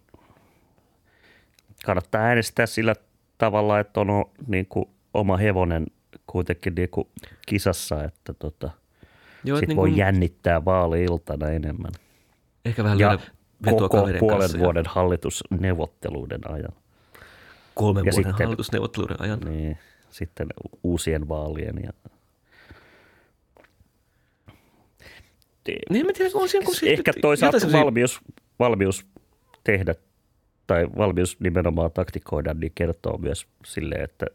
kannattaa äänestää sillä tavalla, että on niin kuin, oma hevonen kuitenkin niin kuin kisassa, että tota, sitten niin voi kuin jännittää vaali-iltana enemmän. Ehkä vähän ja koko puolen kanssa, vuoden ja hallitusneuvotteluiden ajan. Kolmen ja vuoden sitten, hallitusneuvotteluiden ajan. Niin, sitten uusien vaalien. Ja niin, mä tiedän, on siinä, kun ehkä toisaalta valmius, valmius tehdä tai valmius nimenomaan taktikoida, niin kertoo myös silleen, että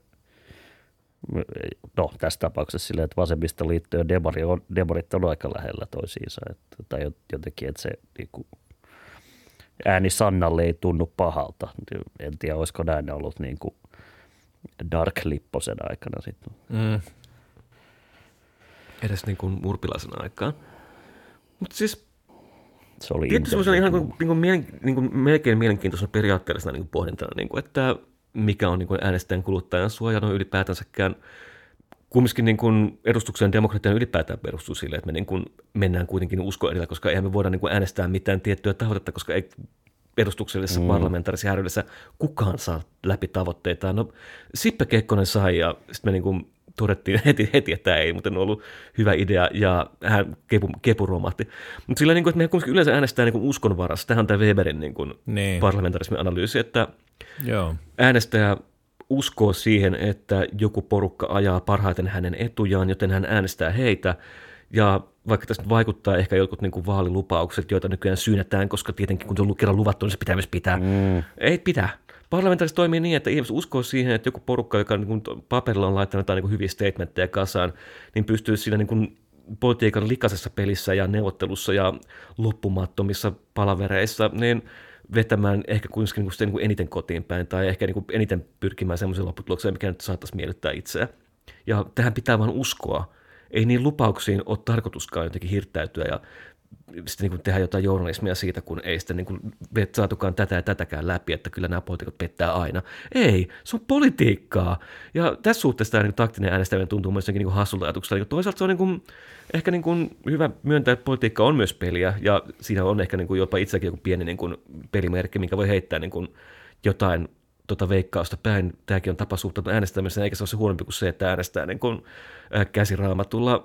no tässä tapauksessa silleen, että vasemmistoliitto ja demari on, demarit on aika lähellä toisiinsa. Että, tai jotenkin, että se niin kuin, ääni Sannalle ei tunnu pahalta. En tiedä, olisiko näin ollut niin kuin Dark Lipposen aikana sitten. Mm. Edes niin kuin Urpilaisen aikaan. Mutta siis se oli tietysti semmoisena ihan niin kuin, niin kuin, niin kuin melkein mielenkiintoisena periaatteellisena niin kuin pohdintana, niin kuin, että mikä on niin kuin äänestäjän kuluttajan suoja, no ylipäätänsäkään. Kumminkin niin kuin edustuksen demokratian ylipäätään perustuu sille, että me niin kuin mennään kuitenkin usko edellä, koska eihän me voida niin kuin äänestää mitään tiettyä tavoitetta, koska ei edustuksellisessa mm. parlamentaarisessa järjellä kukaan saa läpi tavoitteitaan. No Sippe Kekkonen sai ja sitten me niin kuin todettiin heti, heti, että tämä ei muuten ollut hyvä idea ja hän kepu, kepu romahti. Mutta sillä niin kuin, että mehän kumminkin yleensä äänestää niin kuin uskon varassa. Tähän on tämä Weberin niin kuin niin. parlamentarismin analyysi, että Joo. Äänestäjä uskoo siihen, että joku porukka ajaa parhaiten hänen etujaan, joten hän äänestää heitä. Ja vaikka tästä vaikuttaa ehkä jotkut niin kuin vaalilupaukset, joita nykyään syynätään, koska tietenkin kun se on kerran luvattu, niin se pitää myös pitää. Mm. Ei pitää. Parlamentaarisesti toimii niin, että ihmiset uskoo siihen, että joku porukka, joka niin kuin paperilla on laittanut jotain niin kuin hyviä statementteja kasaan, niin pystyy siinä niin kuin politiikan likaisessa pelissä ja neuvottelussa ja loppumattomissa palavereissa, niin vetämään ehkä kuitenkin niin kuin niin kuin eniten kotiin päin tai ehkä niin kuin eniten pyrkimään semmoisen lopputulokseen, mikä nyt saattaisi miellyttää itseä. Ja tähän pitää vaan uskoa. Ei niin lupauksiin ole tarkoituskaan jotenkin hirttäytyä ja sitten niin kuin tehdä jotain journalismia siitä, kun ei sitten niin kuin saatukaan tätä ja tätäkään läpi, että kyllä nämä poliitikot pettää aina. Ei, se on politiikkaa. Ja tässä suhteessa tämä niin taktinen äänestäminen tuntuu myös niin hassulta ajatukselta. Toisaalta se on niin kuin, ehkä niin kuin hyvä myöntää, että politiikka on myös peliä, ja siinä on ehkä niin kuin jopa itsekin joku pieni niin kuin pelimerkki, minkä voi heittää niin kuin jotain tota veikkausta päin. Tämäkin on tapa suhtautua äänestämiseen, eikä se ole se huonompi kuin se, että äänestää niin kuin käsiraamatulla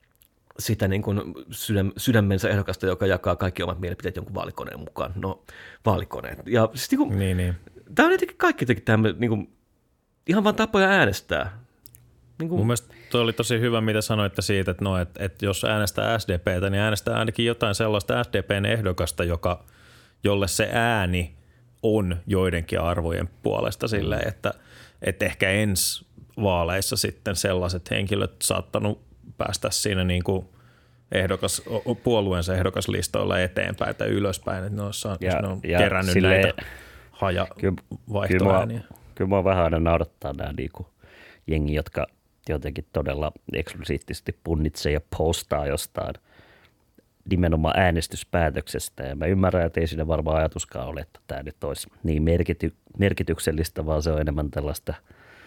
sitä niin kuin sydäm, sydämensä ehdokasta, joka jakaa kaikki omat mielipiteet jonkun vaalikoneen mukaan. No, vaalikoneet. Ja siis niin kuin, niin, niin. Tämä on jotenkin kaikki jotenkin tämmöinen, niin kuin, ihan vaan tapoja äänestää. Niin kuin. Mun mielestä toi oli tosi hyvä, mitä sanoitte siitä, että, no, että, että jos äänestää S D P:tä, niin äänestää ainakin jotain sellaista S D P:n ehdokasta, joka, jolle se ääni on joidenkin arvojen puolesta silleen, että, että ehkä ensi vaaleissa sitten sellaiset henkilöt saattanut päästä siinä niin kuin ehdokas, puolueensa ehdokaslistoilla eteenpäin tai ylöspäin, että ne on, ja, ne on ja kerännyt silleen, näitä hajavaihtoääniä. Kyllä, kyllä mua vähän aina naurattaa nämä niin kuin jengi, jotka jotenkin todella eksklusiivisesti punnitsee ja postaa jostain nimenomaan äänestyspäätöksestä. Ja mä ymmärrän, että ei siinä varmaan ajatuskaan ole, että tämä nyt olisi niin merkity, merkityksellistä, vaan se on enemmän tällaista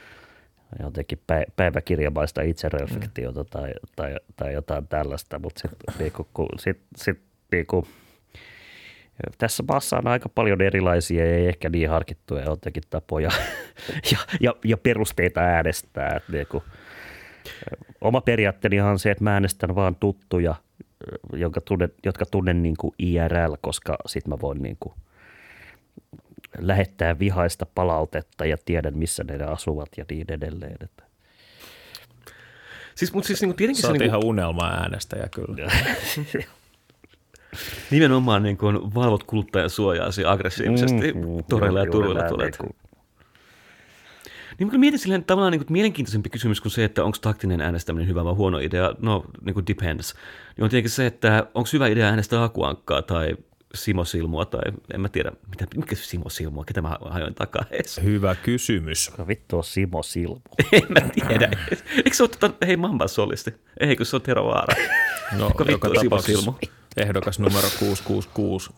jotenkin päiväkirjamaista itsereflektiota mm. tai, tai, tai jotain tällaista, mutta sitten niinku, sit, sit, niinku, tässä maassa on aika paljon erilaisia ja ei ehkä niin harkittuja jotenkin tapoja ja, ja, ja perusteita äänestää. Niinku, oma periaatteeni on se, että mä äänestän vaan tuttuja, jonka tunnen, jotka tunnen niinku I R L, koska sitten mä voin niinku lähettää vihaista palautetta ja tiedän, missä ne asuvat ja niin edelleen. Siis, mutta siis, niin kuin, tietenkin sä oot se, ihan niin unelma-äänestäjä kyllä. Nimenomaan niin kuin, valvot kuluttajan suojaasi aggressiivisesti mm, toreilla ja turuilla tulet. Niin, niin kyllä mietin silleen tavallaan niin kuin, mielenkiintoisempi kysymys kuin se, että onko taktinen äänestäminen hyvä vai huono idea. No, niin kuin depends. Niin on tietenkin se, että onko hyvä idea äänestää Akuankkaa tai Simo Silmua tai en mä tiedä, mitä, mikä Simo Silmua, ketä mä hajoin takaa edes. Hyvä kysymys. Kuka vittu on Simo Silmu? En mä tiedä. Eikö se ole tota, hei Mamba solisti? Ei, kun se on Tero Vaara. No, kuka joka tapauksessa ehdokas numero kuusi kuusi kuusi.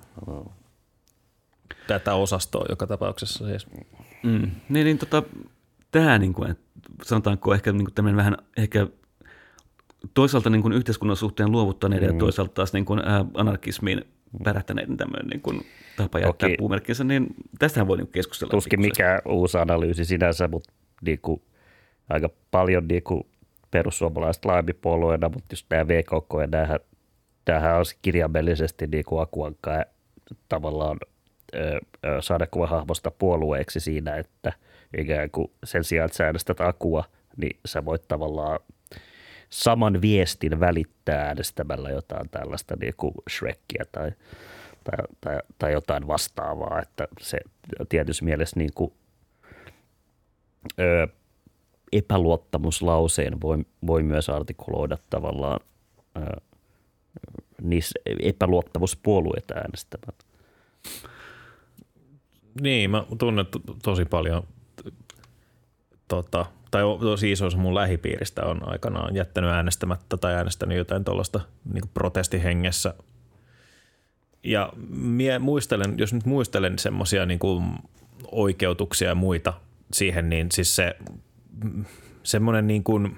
Tätä osastoa joka tapauksessa siis. Mm. Niin, niin tota, tämä niin kuin, sanotaanko ehkä niin kuin tämmöinen vähän ehkä toisaalta niin kuin yhteiskunnan suhteen luovuttaneiden mm. ja toisaalta taas niin kuin, ä, anarkismiin pärähtäneiden tämmöinen niin kuin tapa jättää Toki, puumerkkinsä, niin tästähän voi niin kuin keskustella. Tuskin mikään uusi analyysi sinänsä, mutta niin kuin, aika paljon niin kuin perussuomalaiset laajempipuolueena, mutta just nämä V K K ja näähän, tämähän on kirjaimellisesti niin kuin Akuankkaa tavallaan ö, ö, saada kuva hahmosta puolueeksi siinä, että ikään kuin sen sijaan, että sä äänestät Akua, niin sä voit tavallaan saman viestin välittää äänestämällä jotain tällaista niin kuin Shrekkiä tai, tai, tai, tai jotain vastaavaa, että se tietysti mielessä niin kuin, ö, epäluottamuslauseen voi, voi myös artikuloida tavallaan ö, niissä epäluottamuspuolueita äänestämään. Niin, mä tunnen tosi paljon tota, tai tosi iso osa mun lähipiiristä on aikanaan jättänyt äänestämättä tai äänestänyt jotain tuollaista niin kuin protestihengessä. Ja mie muistelen, jos nyt muistelen semmoisia niin kuin oikeutuksia ja muita siihen, niin siis se semmoinen niin kuin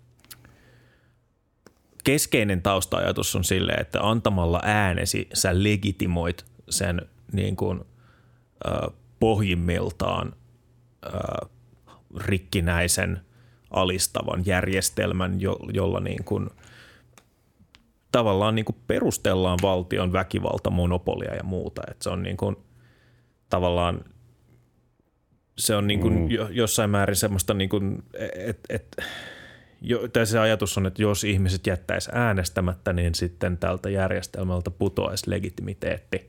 keskeinen tausta-ajatus on silleen, että antamalla äänesi sä legitimoit sen niin kuin, äh, pohjimmiltaan äh, rikkinäisen alistavan järjestelmän, jo, jolla niin kuin, tavallaan niin kuin perustellaan valtion väkivaltamonopolia ja muuta. Että se on niin kuin, tavallaan se on niin kuin mm. jo, jossain määrin semmoista, niin kuin, et, et, jo, tai se ajatus on, että jos ihmiset jättäisi äänestämättä, niin sitten tältä järjestelmältä putoaisi legitimiteetti.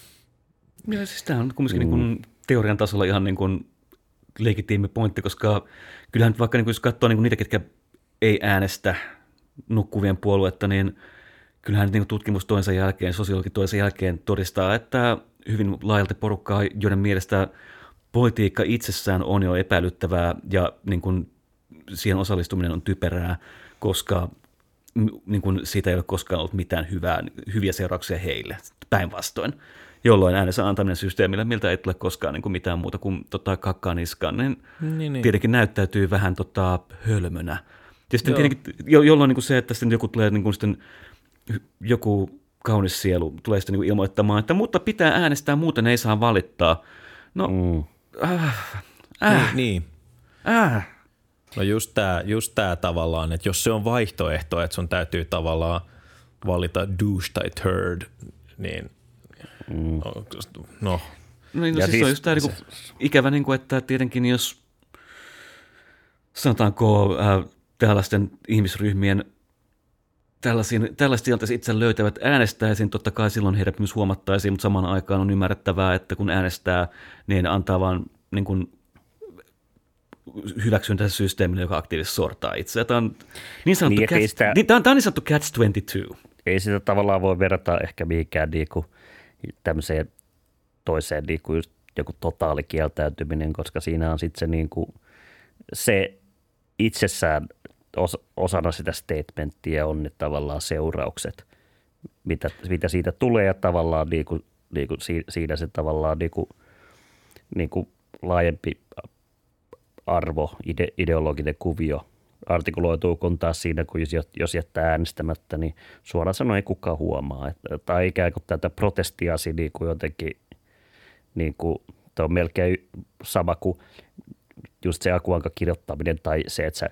Ja siis tämä on kumminkin mm. niin teorian tasolla ihan niin kuin legitiimi pointti, koska kyllähän vaikka niin kuin jos katsoo niin kuin niitä, ketkä ei äänestä nukkuvien puoluetta, niin kyllähän niin kuin tutkimus toisensa jälkeen, sosiologi toisensa jälkeen todistaa, että hyvin laajalti porukkaa, joiden mielestä politiikka itsessään on jo epäilyttävää ja niin kuin siihen osallistuminen on typerää, koska niin kuin siitä ei ole koskaan ollut mitään hyvää, hyviä seurauksia heille, päinvastoin. Jolloin äänensä antaminen systeemillä, miltä ei tule koskaan niin kuin mitään muuta kuin tota, kakkaa niskaan, niin, niin, niin tietenkin näyttäytyy vähän tota, hölmönä. Ja sitten tietenkin, jo, jolloin niin kuin se, että sitten joku tulee niin kuin sitten, joku kaunis sielu tulee sitten niin kuin ilmoittamaan, että mutta pitää äänestää, muuten ei saa valittaa. No, mm. äh, äh, niin, niin. Äh. No just tämä just tää tavallaan, että jos se on vaihtoehto, että sun täytyy tavallaan valita douche tai turd, niin mm. no, no. No, no siis, siis on just tämä niinku ikävä, niinku, että tietenkin jos sanotaanko äh, tällaisten ihmisryhmien tällaisissa tilanteissa itse löytävät äänestäisiin, totta kai silloin heidät myös huomattaisiin, mutta samaan aikaan on ymmärrettävää, että kun äänestää, niin antaa vaan niin kuin hyväksyntä systeemille, joka aktiivisesti sortaa itseä. Tämä on niin sanottu, niin, catch, sitä, tämä on, tämä on niin sanottu catch twenty-two. Ei sitä tavallaan voi verrata ehkä mihinkään niinku tämmöiseen toiseen niinku just joku totaalikieltäytyminen, koska siinä on sitten se, niinku, se itsessään os, osana sitä statementtia on ne tavallaan seuraukset, mitä, mitä siitä tulee ja tavallaan niinku, niinku, siinä se tavallaan niinku, niinku laajempi arvo, ide, ideologinen kuvio artikuloituu, kun taas siinä, kun jos, jos jättää äänestämättä, niin suoraan sanoen ei kukaan huomaa. Että, tai ikään kuin tätä protestiasi niin kuin jotenkin, niin kuin, on melkein sama kuin just se akuanka kirjoittaminen tai se, että sä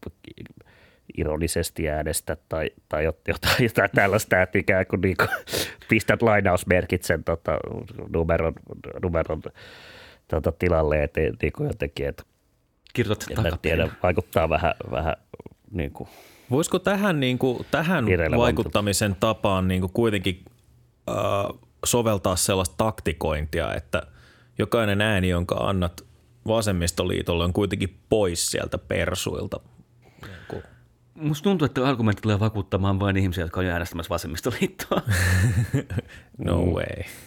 ironisesti äänestät tai, tai jotain, jotain tällaista, että ikään kuin, niin kuin pistät lainausmerkit sen tota, numeron, numeron tota, tilalle, että niin kuin jotenkin, että en tiedä, vaikuttaa vähän, vähän niin kuin voisiko tähän, niin kuin, tähän vaikuttamisen tapaan niin kuin kuitenkin äh, soveltaa sellaista taktikointia, että jokainen ääni, jonka annat vasemmistoliitolle, on kuitenkin pois sieltä persuilta. Niin musta tuntuu, että argumentti tulee vakuuttamaan vain ihmisiä, jotka on jo äänestämässä vasemmistoliittoa. No way.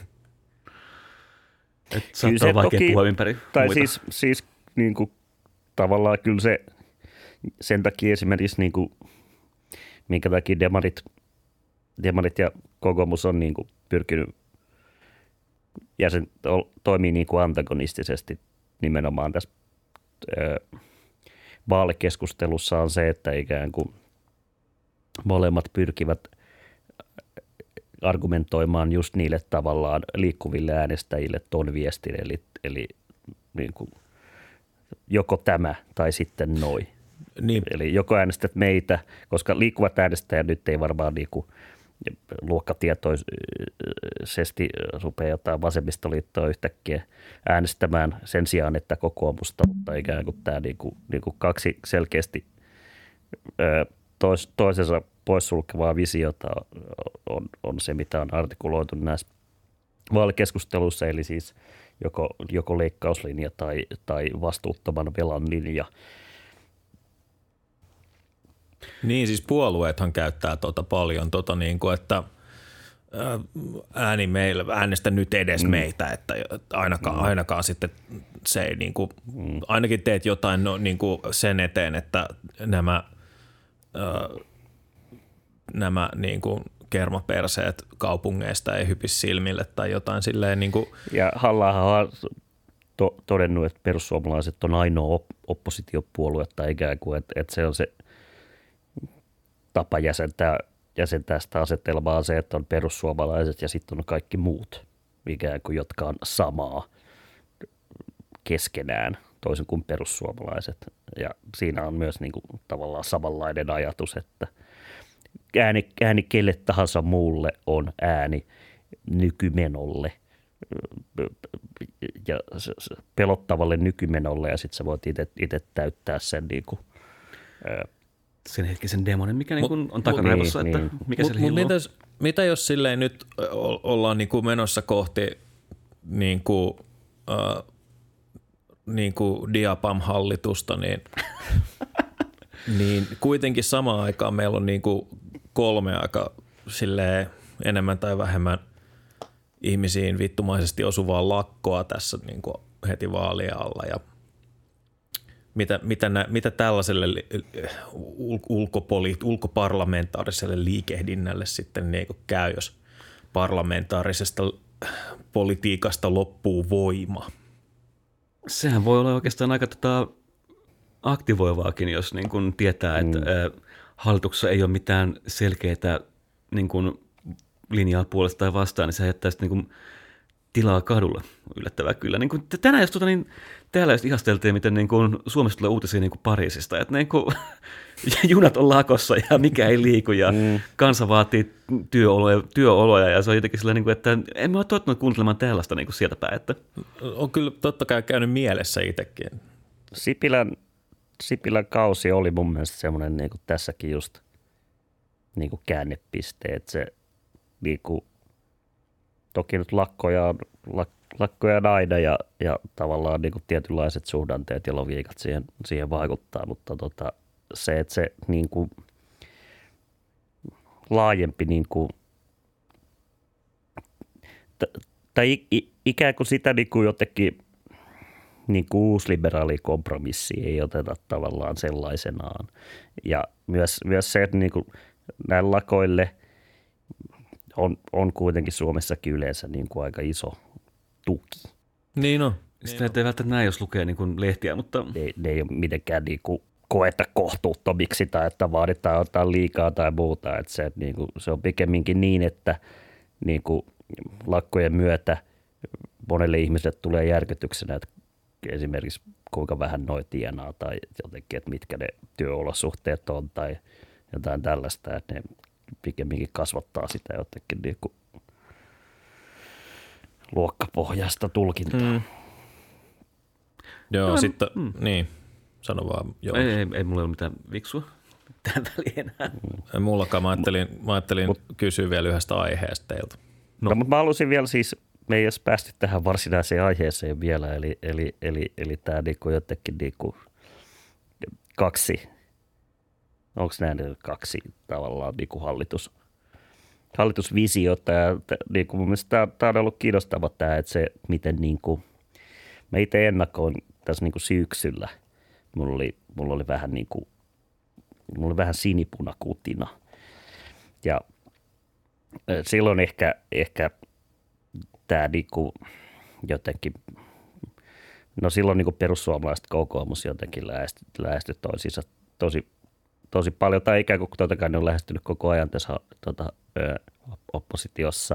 Että saattaa olla vaikea puhua ympäri tai muita. siis, siis niin kuin tavallaan kyllä se, sen takia esimerkiksi, niin kuin, minkä takia demarit, demarit ja kokoomus on niin kuin pyrkinyt jäsen, toimii niin kuin antagonistisesti nimenomaan tässä ö, vaalikeskustelussa on se, että ikään kuin molemmat pyrkivät argumentoimaan just niille tavallaan liikkuville äänestäjille ton viestin, eli, eli niin kuin joko tämä tai sitten noi. Niin. Eli joko äänestät meitä, koska liikkuvat äänestäjät nyt ei varmaan niin kuin luokkatietoisesti rupeaa jotain vasemmistoliittoa yhtäkkiä äänestämään sen sijaan, että kokoomusta, mutta ikään kuin tämä niin kuin, niin kuin kaksi selkeästi tois, toisensa poissulkevaa visiota on, on se, mitä on artikuloitu näissä vaalikeskusteluissa, eli siis joko, joko leikkauslinja tai, tai vastuuttoman velan linja. Niin, siis puolueethan käyttää tota paljon, tota niin kuin, että ääni meillä, äänestä nyt edes mm. meitä, että ainakaan, mm. ainakaan sitten se ei niin kuin, mm. ainakin teet jotain no, niin kuin sen eteen, että nämä, äh, nämä niin kuin kermaperseet kaupungeista ei hypisi silmille tai jotain silleen. Niin kuin. Ja Halla-aho on to- todennut, että perussuomalaiset on ainoa op- oppositiopuolue tai ikään kuin, että, että se on se tapa jäsentää, jäsentää sitä asetelmaa se, että on perussuomalaiset ja sitten on kaikki muut, ikään kuin, jotka on samaa keskenään, toisin kuin perussuomalaiset. Ja siinä on myös niin kuin, tavallaan samanlainen ajatus, että ääni, ääni kelle tahansa muulle on ääni nykymenolle. ja se, se pelottavalle nykymenolle ja sitten sä voit itse täyttää sen niin kuin, ää, sen hetkisen demonin, mikä Mut, niin on takana niin, että niin. mikä Mut, siellä mut hilluu. mitä, jos- mitä jos silleen nyt o- ollaan niinku menossa kohti niinku, äh, niinku Diapam-hallitusta, niin, niin kuitenkin samaan aikaan meillä on niinku kolme aika silleen enemmän tai vähemmän ihmisiin vittumaisesti osuvaa lakkoa tässä niinku heti vaalien alla ja mitä, mitä, nä, mitä tällaiselle ul, ulkopoli, ulkoparlamentaariselle liikehdinnälle sitten niin käy, jos parlamentaarisesta politiikasta loppuu voima? Sehän voi olla oikeastaan aika tota aktivoivaakin, jos niin kun tietää, että mm. hallituksessa ei ole mitään selkeää niin kun linjaa puolesta tai vastaan, niin se jättää sitten niin kun tilaa kadulla, yllättävää kyllä. Niin kuin tänään jos tuota, niin täällä just ihasteltiin, miten niin kuin Suomessa tulee uutisia niin kuin Pariisista, että niin kuin, junat on lakossa ja mikä ei liiku ja mm. kansa vaatii työoloja, työoloja ja se on jotenkin sillä, niin kuin, että en mä ole tottunut kuuntelemaan tällaista niin kuin sieltä päin. Että. On kyllä totta kai käynyt mielessä itsekin. Sipilän, Sipilän kausi oli mun mielestä semmoinen niin kuin tässäkin just niin kuin käännepiste, että se niin kuin, toki nyt lakkoja, lak, lakkoja on aina ja, ja tavallaan niin kuin tietynlaiset suhdanteet ja logiikat siihen, siihen vaikuttaa, mutta tota, se, että se niin kuin laajempi niin kuin, t- tai ikään kuin sitä niin kuin jotenkin niin kuin uusliberaali kompromissi ei oteta tavallaan sellaisenaan. Ja myös, myös se, että niin kuin näille lakoille on, on kuitenkin Suomessakin yleensä niin kuin aika iso tuki. Niin on. Sitä ei välttämättä näin, jos lukee niin kuin lehtiä, mutta Ne, ne ei ole mitenkään niin kuin koeta kohtuuttomiksi tai että vaaditaan jotain liikaa tai muuta. Että se, että niin kuin, se on pikemminkin niin, että niin kuin lakkojen myötä monelle ihmiselle tulee järkytyksenä, että esimerkiksi kuinka vähän noi tienaa tai jotenkin, että mitkä ne työolosuhteet on tai jotain tällaista, että ne pikemminkin kasvattaa sitä jotenkin niin kuin luokkapohjaista tulkintaa. Mm. Joo, No, sitten, mm. niin, sano vaan. Joo. ei, ei, ei mulla ole mitään viksua tähän väliin enää. Ei mullakaan, mä ajattelin, mä ajattelin Mut, kysyä vielä yhdestä aiheesta teiltä. No, no mutta mä halusin vielä siis, me ei edes päästy tähän varsinaiseen aiheeseen vielä, eli, eli, eli, eli tämä niinku jotenkin niinku kaksi, onko nämä kaksi tavallaan niinku hallitus, hallitusvisiota, ja niinku mun mielestä tämä on ollut kiinnostava tämä, että se miten niinku, mä itse ennakoin tässä niinku syksyllä, mulla oli, mulla oli vähän niinku, mulla oli vähän sinipunakutina, ja silloin ehkä, ehkä tämä niinku jotenkin, no silloin niinku perussuomalaiset kokoomus jotenkin lähestyi, lähestyi toisiinsa tosi, tosi paljon, tai ikään kuin totta kai ne on lähestynyt koko ajan tässä tota, ö, oppositiossa.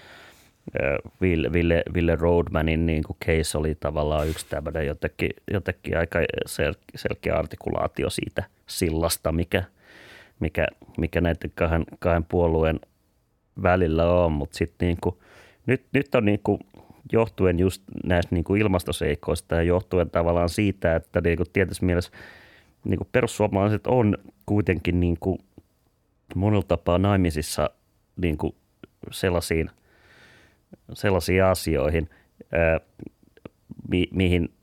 Ville, Ville, Ville Roadmanin niin kuin case oli tavallaan yksi tämmöinen jotenkin, jotenkin aika sel, selkeä artikulaatio siitä sillasta, mikä, mikä, mikä näiden kahden, kahden puolueen välillä on, mutta sitten niin kuin, nyt, nyt on niin kuin, johtuen just näistä niin kuin ilmastoseikoista ja johtuen tavallaan siitä, että niin kuin tietysti mielessä niin kuin perussuomalaiset on kuitenkin niin kuin monella tapaa naimisissa niin kuin sellaisiin, sellaisiin asioihin, ää, mi, mihin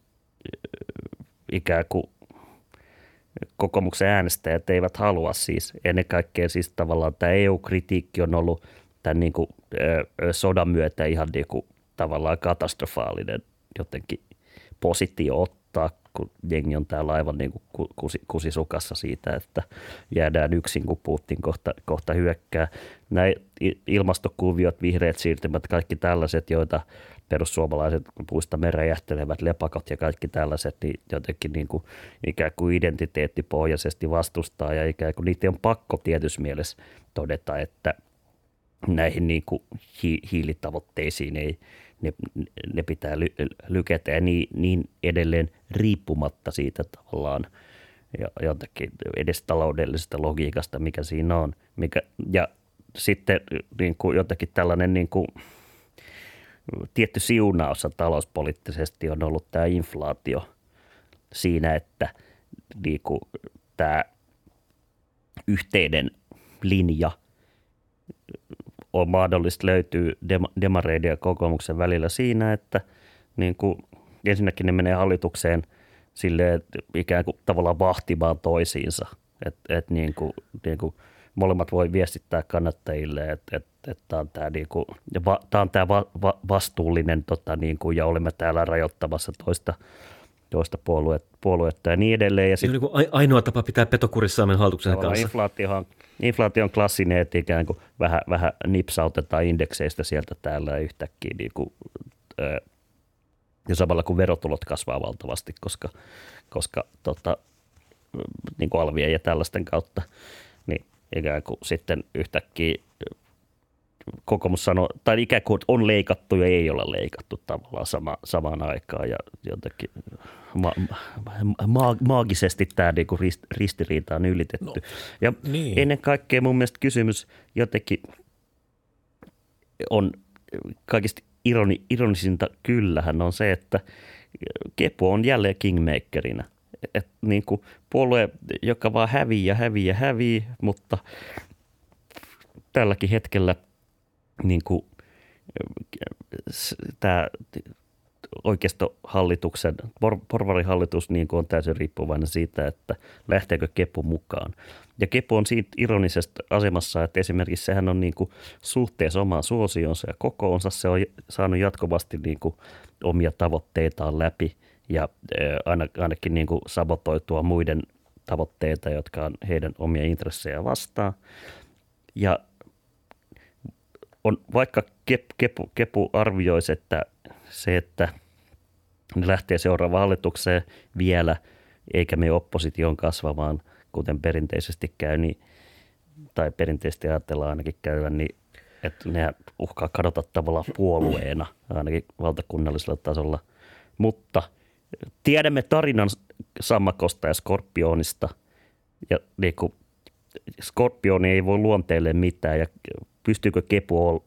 ikään kuin kokoomuksen äänestäjät eivät halua siis. Ennen kaikkea siis tavallaan tämä E U-kritiikki on ollut tämän niin kuin, ää, sodan myötä ihan niin kuin tavallaan katastrofaalinen jotenkin positio ottaa, kun jengi on täällä aivan niin kuin kusisukassa siitä, että jäädään yksin, kun Putin kohta, kohta hyökkää. Nämä ilmastokuviot, vihreät siirtymät, kaikki tällaiset, joita perussuomalaiset puista meräjähtelevät lepakot ja kaikki tällaiset, niin jotenkin niin kuin ikään kuin identiteettipohjaisesti vastustaa ja ikään kuin niitä on pakko tietyssä mielessä todeta, että näihin niin kuin hi- hiilitavoitteisiin ei, ne, ne pitää ly, lykätä ja niin, niin edelleen riippumatta siitä tavallaan ja jotenkin edes taloudellisesta logiikasta, mikä siinä on. Mikä, ja sitten niin kuin jotenkin tällainen niin kuin tietty siunaus talouspoliittisesti on ollut tämä inflaatio siinä, että niin kuin tämä yhteinen linja on mahdollista löytyy demareiden ja kokoomuksen välillä siinä, että niin kuin ensinnäkin ne menee hallitukseen silleen ikään kuin tavallaan vahtimaan toisiinsa, että et niin kuin, niin kuin molemmat voi viestittää kannattajille, että et, et tämä on tämä niinku, va, va, vastuullinen tota, niinku, ja olemme täällä rajoittamassa toista, toista puoluetta, puoluetta ja niin edelleen. Ja se on niin kuin ainoa tapa pitää petokurissa Suomen hallituksen kanssa. Inflaatio, inflaatio on klassinen, että ikään kuin vähän, vähän nipsautetaan indekseistä sieltä täällä yhtäkkiä niin kuin, ja samalla kun verotulot kasvaa valtavasti, koska, koska tota, niin kuin alvien ja tällaisten kautta, niin ikään kuin sitten yhtäkkiä kokoomus sanoo, tai ikään kuin on leikattu ja ei ole leikattu tavallaan sama, samaan aikaan ja jotenkin ma, ma, maagisesti tämä niin kuin rist, ristiriita on ylitetty. No, ja niin. Ennen kaikkea mun mielestä kysymys jotenkin on kaikista ironi, ironisinta kyllähän on se, että Kepu on jälleen kingmakerina. Että niin kuin puolue, joka vaan hävii ja hävii ja hävii, mutta tälläkin hetkellä niin kuin, tämä oikeistohallituksen, porvarihallitus niin kuin on täysin riippuvainen siitä, että lähteekö Kepu mukaan. Ja Kepu on siitä ironisesta asemassa, että esimerkiksi sehän on niin kuin suhteessa omaan suosionsa ja kokoonsa. Se on saanut jatkuvasti niin kuin omia tavoitteitaan läpi ja ainakin niin kuin sabotoitua muiden tavoitteita, jotka on heidän omia intressejä vastaan. Ja on, vaikka Kepu, Kepu arvioisi, että se, että ne lähtee seuraavaan hallitukseen vielä, eikä me opposition kasvamaan, kuten perinteisesti käy, niin, tai perinteisesti ajatellaan ainakin käyvän, niin että ne uhkaa kadota tavallaan puolueena, ainakin valtakunnallisella tasolla. Mutta tiedämme tarinan Sammakosta ja Skorpionista, ja niin kuin Skorpioni ei voi luonteelle mitään, ja pystyykö Kepu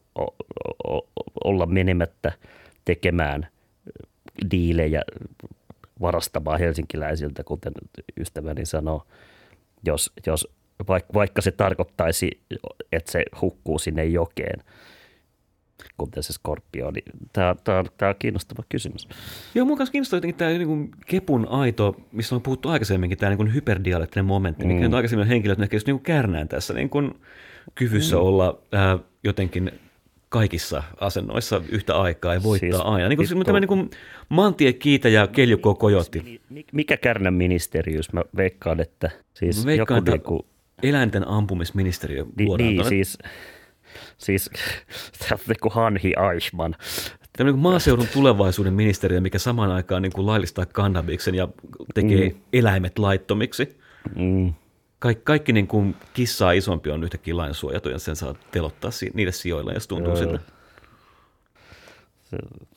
olla menemättä tekemään diilejä, varastamaan helsinkiläisiltä, kuten ystäväni sanoo, jos, jos, vaikka se tarkoittaisi, että se hukkuu sinne jokeen, kuten se Skorpioni. Tämä, tämä, tämä on kiinnostava kysymys. Joo, mun kanssa kiinnostaa jotenkin tämä niin Kepun aito, missä on puhuttu aikaisemminkin, tämä niin hyperdialektinen momentti, mm. mikä on aikaisemmin henkilöt ehkä just niin kärnään tässä niin kuin kyvyssä mm. olla ää, jotenkin kaikissa asennoissa yhtä aikaa ja voittaa siis, aina. Niin kuin siis, tämä niin kuin mantie kiitä ja keljukko kojotti. Mikä Kärnän ministeriys? Mä veikkaan, että siis veikkaan, joku... Että niin kuin, eläinten ampumisministeriö luodaan. Niin, siis, siis tämä on niin kuin Hanhi Eichmann. Tämä niin kuin maaseudun tulevaisuuden ministeriö, mikä samaan aikaan niin kuin laillistaa kannabiksen ja tekee mm. eläimet laittomiksi. Mm. Kaik, kaikki niin kuin kissaa isompi on yhtäkkiä lainsuojatu ja sen saa telottaa si- niille sijoille, jos tuntuu siltä. Se...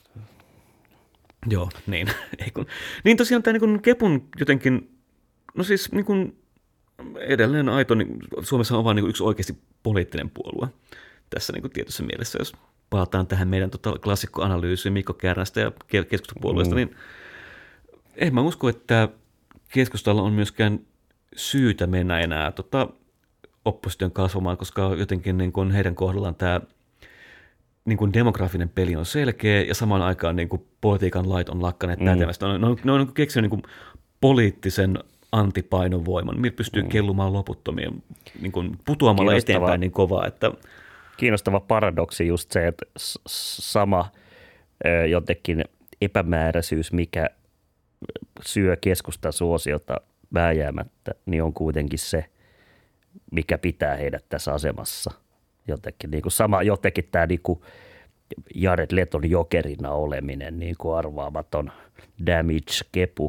Joo, niin. Ei kun... Niin tosiaan tämä niin kuin Kepun jotenkin, no siis niin kuin edelleen aito, niin Suomessa on vain niin kuin yksi oikeasti poliittinen puolue tässä niin kuin tietyssä mielessä, jos palataan tähän meidän tota, klassikkoanalyysiin Mikko Kärnästä ja keskustapuolueesta, mm. niin en mä usko, että keskustalla on myöskään syytä mennä enää tota, opposition kasvamaan, koska jotenkin niin kuin heidän kohdallaan tämä niin kuin demografinen peli on selkeä ja samaan aikaan niin kuin politiikan lait on lakkaneet mm. pätevästä. Ne on, ne on keksinyt niin kuin poliittisen antipainovoiman, millä pystyy mm. kellumaan loputtomia niin kuin putoamalla kiinnostava, eteenpäin niin kovaa. Että... Kiinnostava paradoksi just se, että sama jotenkin epämääräisyys, mikä syö keskustan suosiota vääjäämättä, niin on kuitenkin se, mikä pitää heidät tässä asemassa. Jotenkin niin kuin sama, jotenkin tämä niin kuin Jared Leton jokerina oleminen, niin kuin arvaamaton damage kepu,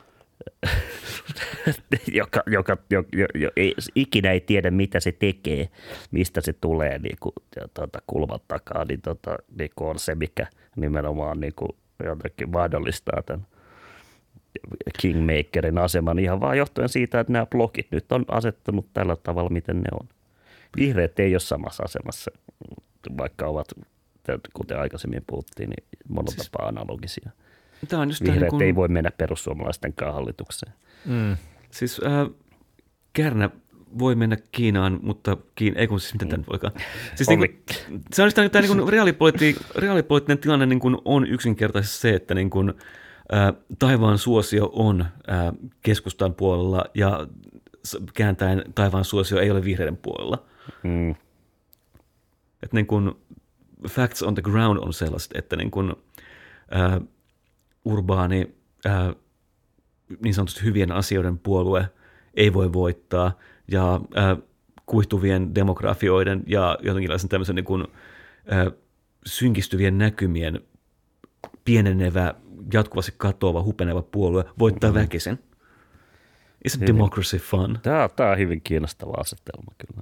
joka, joka, joka, joka ei, ikinä ei tiedä, mitä se tekee, mistä se tulee niin kuin, tuota, kulman takaa, niin, tuota, niin kuin on se, mikä nimenomaan niin kuin jotenkin mahdollistaa tämän kingmakerin aseman ihan vaan johtuen siitä, että nämä blogit nyt on asettanut tällä tavalla, miten ne on. Vihreät ei ole samassa asemassa, vaikka ovat kuten aikaisemmin puhuttiin, niin monella siis, tapaa analogisia. Tämä on just Vihreät niin ei voi mennä perussuomalaistenkaan hallitukseen. Mm. Siis äh, Kärnä voi mennä Kiinaan, mutta Kiin... ei kun siis mitä tämän voikaan. Siis niin kuin, se on just tämä, tämä niin kuin reaalipoliitti, reaalipoliittinen tilanne niin kuin on yksinkertaisesti se, että niin kuin, äh, taivaan suosio on äh, keskustan puolella ja kääntäen taivaan suosio ei ole vihreiden puolella. Mm. Että niin kuin facts on the ground on sellaiset, että niin kuin, äh, urbaani, äh, niin sanotusti hyvien asioiden puolue ei voi voittaa ja äh, kuihtuvien demografioiden ja jotenkinlaisen tämmöisen niin kuin, äh, synkistyvien näkymien pienenevä, jatkuvasti katoava, hupeneva puolue voittaa mm-hmm. väkisin. Is a democracy fun? Tämä on, tämä on hyvin kiinnostava asetelma kyllä.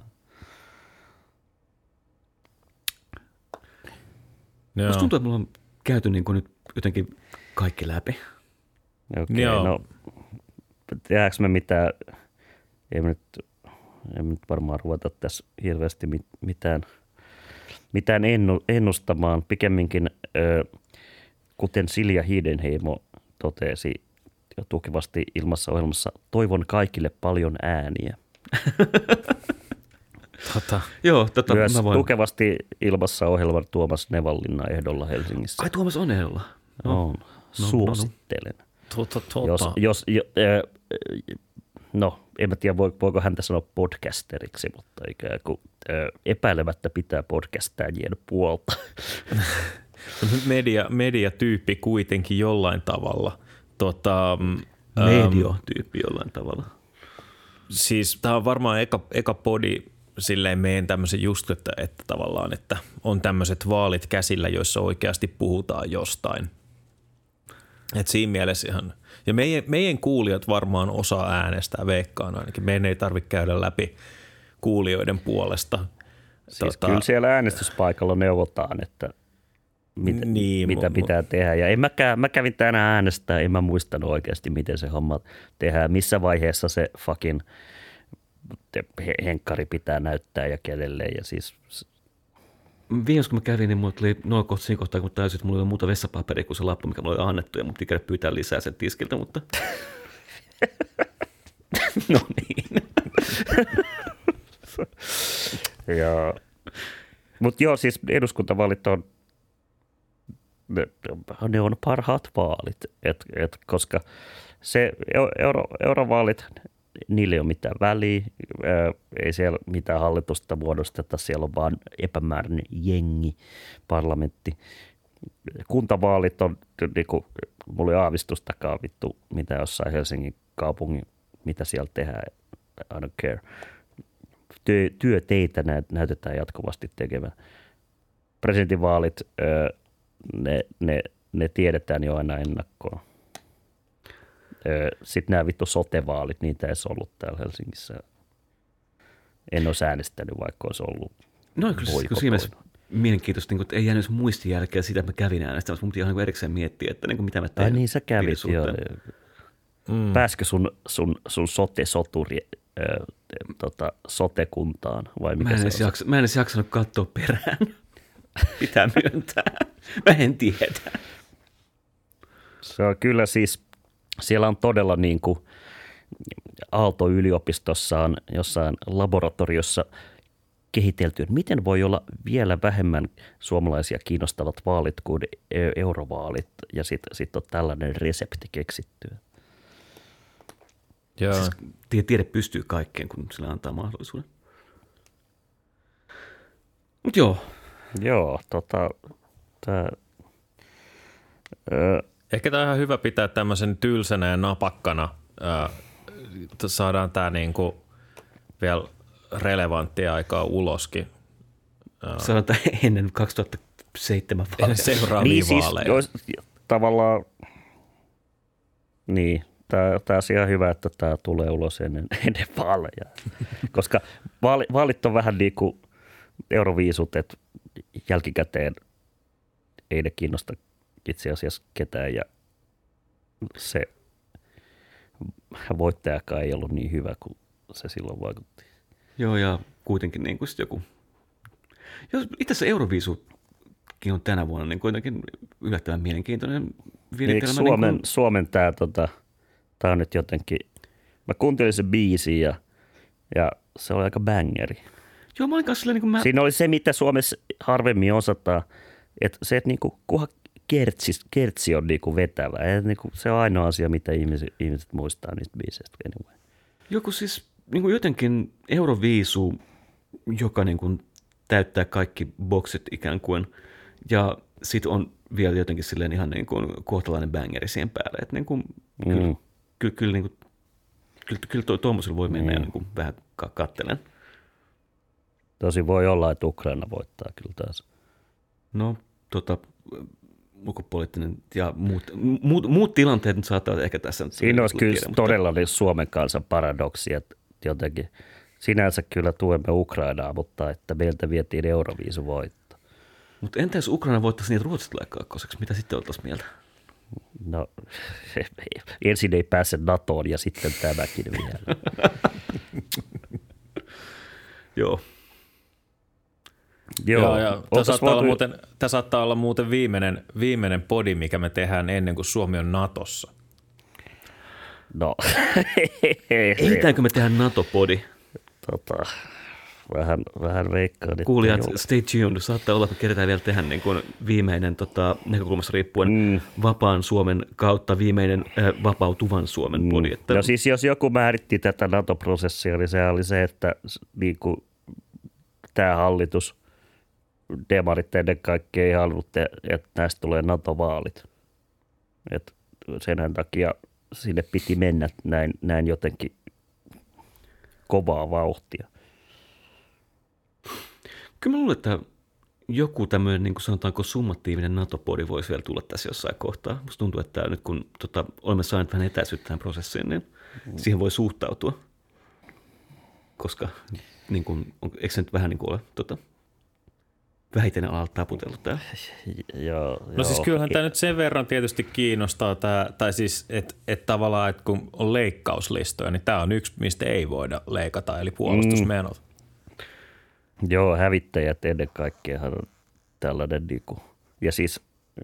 Musta tuntuu, että mulla on käyty niin kuin nyt jotenkin kaikki läpi. Okei, okay, no tehdäänkö me mitään, ei me nyt, ei me nyt varmaan ruveta tässä hirveästi mitään, mitään ennustamaan. Pikemminkin, kuten Silja Hiidenheimo totesi jo tukevasti ilmassa ohjelmassa, toivon kaikille paljon ääniä. Tota. Joo, tota, myös mä voin. tukevasti ilmassa ohjelman Tuomas Nevallinna ehdolla Helsingissä. Ai Tuomas on ehdolla? No, on. No, suosittelen. No, no. Tota, tota. Jos, jos, jo, äh, no, en mä tiedä voiko häntä sanoa podcasteriksi, mutta ikään kuin äh, epäilemättä pitää podcastajien puolta. Media, mediatyyppi kuitenkin jollain tavalla. Tota, Mediotyyppi jollain tavalla. Siis tämä on varmaan eka, eka podi silleen meidän tämmöisen just, että, että tavallaan, että on tämmöiset vaalit käsillä, joissa oikeasti puhutaan jostain. Et siinä mielessä ihan, ja meidän, meidän kuulijat varmaan osaa äänestää, veikkaan ainakin. Meidän ei tarvitse käydä läpi kuulijoiden puolesta. Siis tota, kyllä siellä äänestyspaikalla neuvotaan, että mit, niin, mitä mu- pitää tehdä. Ja en mäkään, mä kävin tänään äänestää, en mä muistanut oikeasti, miten se homma tehdään. Missä vaiheessa se fucking henkkari pitää näyttää ja kenelle. Ja siis viimeis kun mä kävin, niin mulla tuli noin kohta siinä kohtaa, kun mä täysin, että mulla oli muuta vessapaperia kuin se lappu, mikä mulla oli annettu, ja mun piti käydä pyytää lisää sen tiskiltä, mutta no niin. ja, mutta joo, siis eduskuntavaalit on, ne, ne on parhaat vaalit, et, et, koska se euro, eurovaalit, niillä ei ole mitään väliä, ei siellä mitään hallitusta muodosteta, siellä on vaan epämääräinen jengi, parlamentti. Kuntavaalit on, niin kuin, mulla ei aavistustakaan vittu, mitä jossain Helsingin kaupungin, mitä siellä tehdään, I don't care. Työ, työteitä näytetään jatkuvasti tekemään. Presidentinvaalit, ne, ne, ne tiedetään jo aina ennakkoon. Sitten nämä vittu sote-vaalit, niitä ei edes ollut täällä Helsingissä. En olisi äänestänyt, vaikka olisi ollut. No kyllä siinä mielessä mielenkiintoista, niin että ei jäänyt muistijälkeä siitä, että mä kävin äänestämässä. Mun piti ihan erikseen miettiä, että niin mitä mä teen. Ai niin, sä kävit jo. Mm. Pääskö sun, sun, sun sote-soturi äh, tota, sote-kuntaan? Vai mikä mä, en se jaksa, mä en edes jaksanut katsoa perään. Pitää myöntää. Mä en tiedä. Se on kyllä siis, siellä on todella niin kuin Aalto-yliopistossa on jossain laboratoriossa kehitelty, että miten voi olla vielä vähemmän suomalaisia kiinnostavat vaalit kuin eurovaalit, ja sitten sit on tällainen resepti keksitty. Joo. Siis tiede pystyy kaikkeen, kun sillä antaa mahdollisuuden. Mut joo. Joo, tota, tää, öö, ehkä tämä on ihan hyvä pitää tämmöisen tylsänä ja napakkana. Öö, saadaan tämä niinku vielä relevanttia aikaa uloskin. Öö. Saadaan tämä ennen kaksituhattaseitsemän vaaleja. Seuraavia niin vaaleja. Siis, tavallaan, niin, tämä, tämä on ihan hyvä, että tämä tulee ulos ennen, ennen vaaleja. Koska vaali, vaalit on vähän niin kuin euroviisut, että jälkikäteen ei ne kiinnosta itse asiassa ketään ja se voittajakaan ei ollut niin hyvä kuin se silloin vaikutti. Joo, ja kuitenkin niin kuin joku, jos itse asiassa euroviisu on tänä vuonna niin kuitenkin yllättävän mielenkiintoinen. Eikö Suomen, niin kuin... Suomen tämä tota, tää on nyt jotenkin, mä kuuntelin sen biisin ja, ja se oli aika bangeri. Joo, mä olin kanssa silleen, niin kuin mä... Siinä oli se, mitä Suomessa harvemmin osataan, että se, että niinku, kunhan kertsi, kertsi on niinku vetävä. Et niinku, se on ainoa asia, mitä ihmiset, ihmiset muistaa niistä biiseistä. Anyway. Joku siis niin kuin jotenkin Euroviisu, joka niin kuin täyttää kaikki boksit ikään kuin, ja sitten on vielä jotenkin silleen ihan niin kuin kohtalainen bangeri siihen päälle. Että niin kuin, mm. kyllä, kyllä, kyllä, niin kuin, kyllä, kyllä to, tuommoisella voi mennä mm. niin kuin vähän katselen. Tosi voi olla, että Ukraina voittaa kyllä taas. No, tota, ulkopoliittinen ja muut, muut, muut tilanteet nyt saattaa ehkä tässä. Siinä olisi kyllä tiedä, todella mutta... Suomen kansan paradoksi, että jotenkin sinänsä kyllä tuemme Ukrainaa, mutta että meiltä vietiin Euroviisu voitto. Mutta entä jos Ukraina voittaisi niin, että Ruotsit tulee kakkoseksi? Mitä sitten oltaisiin mieltä? No, ensin ei pääse NATOon ja sitten tämäkin vielä. Joo. Joo, Joo ja tämä saattaa, voitu... muuten, tämä saattaa olla muuten viimeinen, viimeinen podi, mikä me tehdään ennen kuin Suomi on Natossa. No. Ehditäänkö me tehdä NATO-podi? Tota, vähän, vähän veikkaan. Kuulijat, stay tuned. Saattaa olla, että me kerätään vielä tehdä niin kuin viimeinen tota, näkökulmassa riippuen mm. vapaan Suomen kautta viimeinen äh, vapautuvan Suomen mm. podi. Että... No siis jos joku määritti tätä NATO-prosessia, niin se oli se, että niin kuin, tämä hallitus, demarit ennen kaikkea ei halunnut, että näistä tulee NATO-vaalit. Et sen takia sinne piti mennä näin, näin jotenkin kovaa vauhtia. Kyllä mä luulen, että joku tämmöinen, niin kuin sanotaanko summatiivinen NATO-podi voisi vielä tulla tässä jossain kohtaa. Musta tuntuu, että nyt kun tota, olemme saaneet vähän etäisyyttä tähän prosessiin, niin mm. siihen voi suhtautua. Koska, niin kuin, eikö se nyt vähän niin kuin ole tota, vähiten alalla taputellut täällä? Joo, no siis kyllähän tämä nyt sen verran tietysti kiinnostaa, tää, tai siis, että et tavallaan, että kun on leikkauslistoja, niin tämä on yksi, mistä ei voida leikata, eli puolustusmenot. Mm. Joo, hävittäjät ennen kaikkea on tällainen, niinku, ja siis,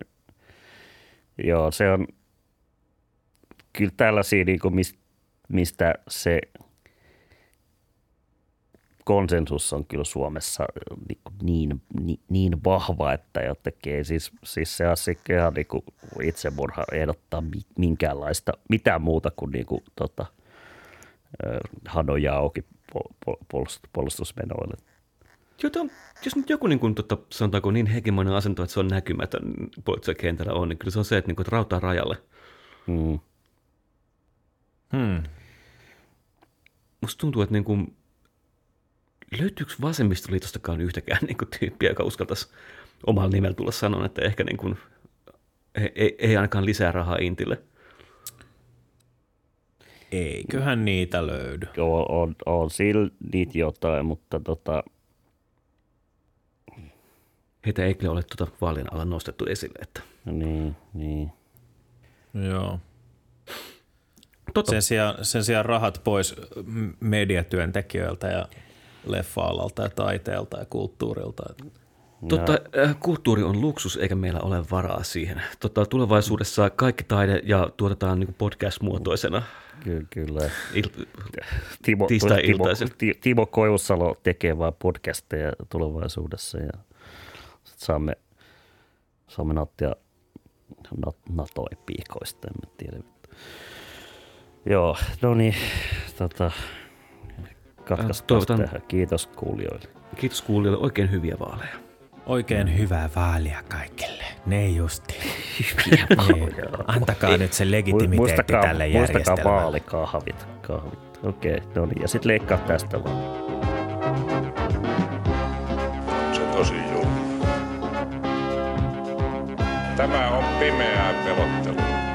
joo, se on kyllä tällaisia, niinku, mistä se konsensus on kyllä Suomessa niin, niin, niin vahva, että jotenkin siis, siis se asia niin kuin itsemurha ehdottaa minkäänlaista, mitään muuta kuin, niin kuin tota, hanoja auki puolustusmenoille. Joo, jos nyt joku niin kuin, tota, sanotaanko niin hegemoinen asento, että se on näkymätön poliittisella kentällä on, niin kyllä se on se, että, niin kuin, että rautaa rajalle. Hmm. Hmm. Musta tuntuu, että niin kuin, löytyykö vasemmistoliitostakaan yhtäkään niin kuin, tyyppiä, joka uskaltaisi omalla nimellä tulla sanoa, että ehkä niin kuin, ei, ei ainakaan lisää rahaa Intille? Eiköhän niitä löydy. Joo, on, on sillä niitä jotain, mutta tota... Heitä ei kyllä ole tuota vaalien alla nostettu esille. Että... Niin, niin. Joo. Totta. Sen sijaan, sen sijaan rahat pois mediatyöntekijöiltä ja leffa-alalta ja taiteelta ja kulttuurilta. Totta, äh, kulttuuri on luksus, eikä meillä ole varaa siihen. Totta, tulevaisuudessa kaikki taide ja tuotetaan niin podcast-muotoisena. Kyllä, kyllä. Il- Timo, tiistai-iltaisen. Timo, Timo Koivusalo tekee vaan podcasteja tulevaisuudessa ja saamme, saamme nauttia NATO-epiikoista, en tiedä. Joo, no niin, tota, katkaistaan tähän. Kiitos kuulijoille. Kiitos kuulijoille, oikein hyviä vaaleja. Oikein hyvää vaalia kaikille. Ne justi. Hyviä vaaleja. Antakaa ei, nyt se legitimiteetti muistakaa, tälle järjestelmälle. Muistakaa vaalikahvit. Kahvit. Okei, okay, no niin. Ja sitten leikkaa tästä vaan. Se tosi julma. Tämä on pimeää pelottelua.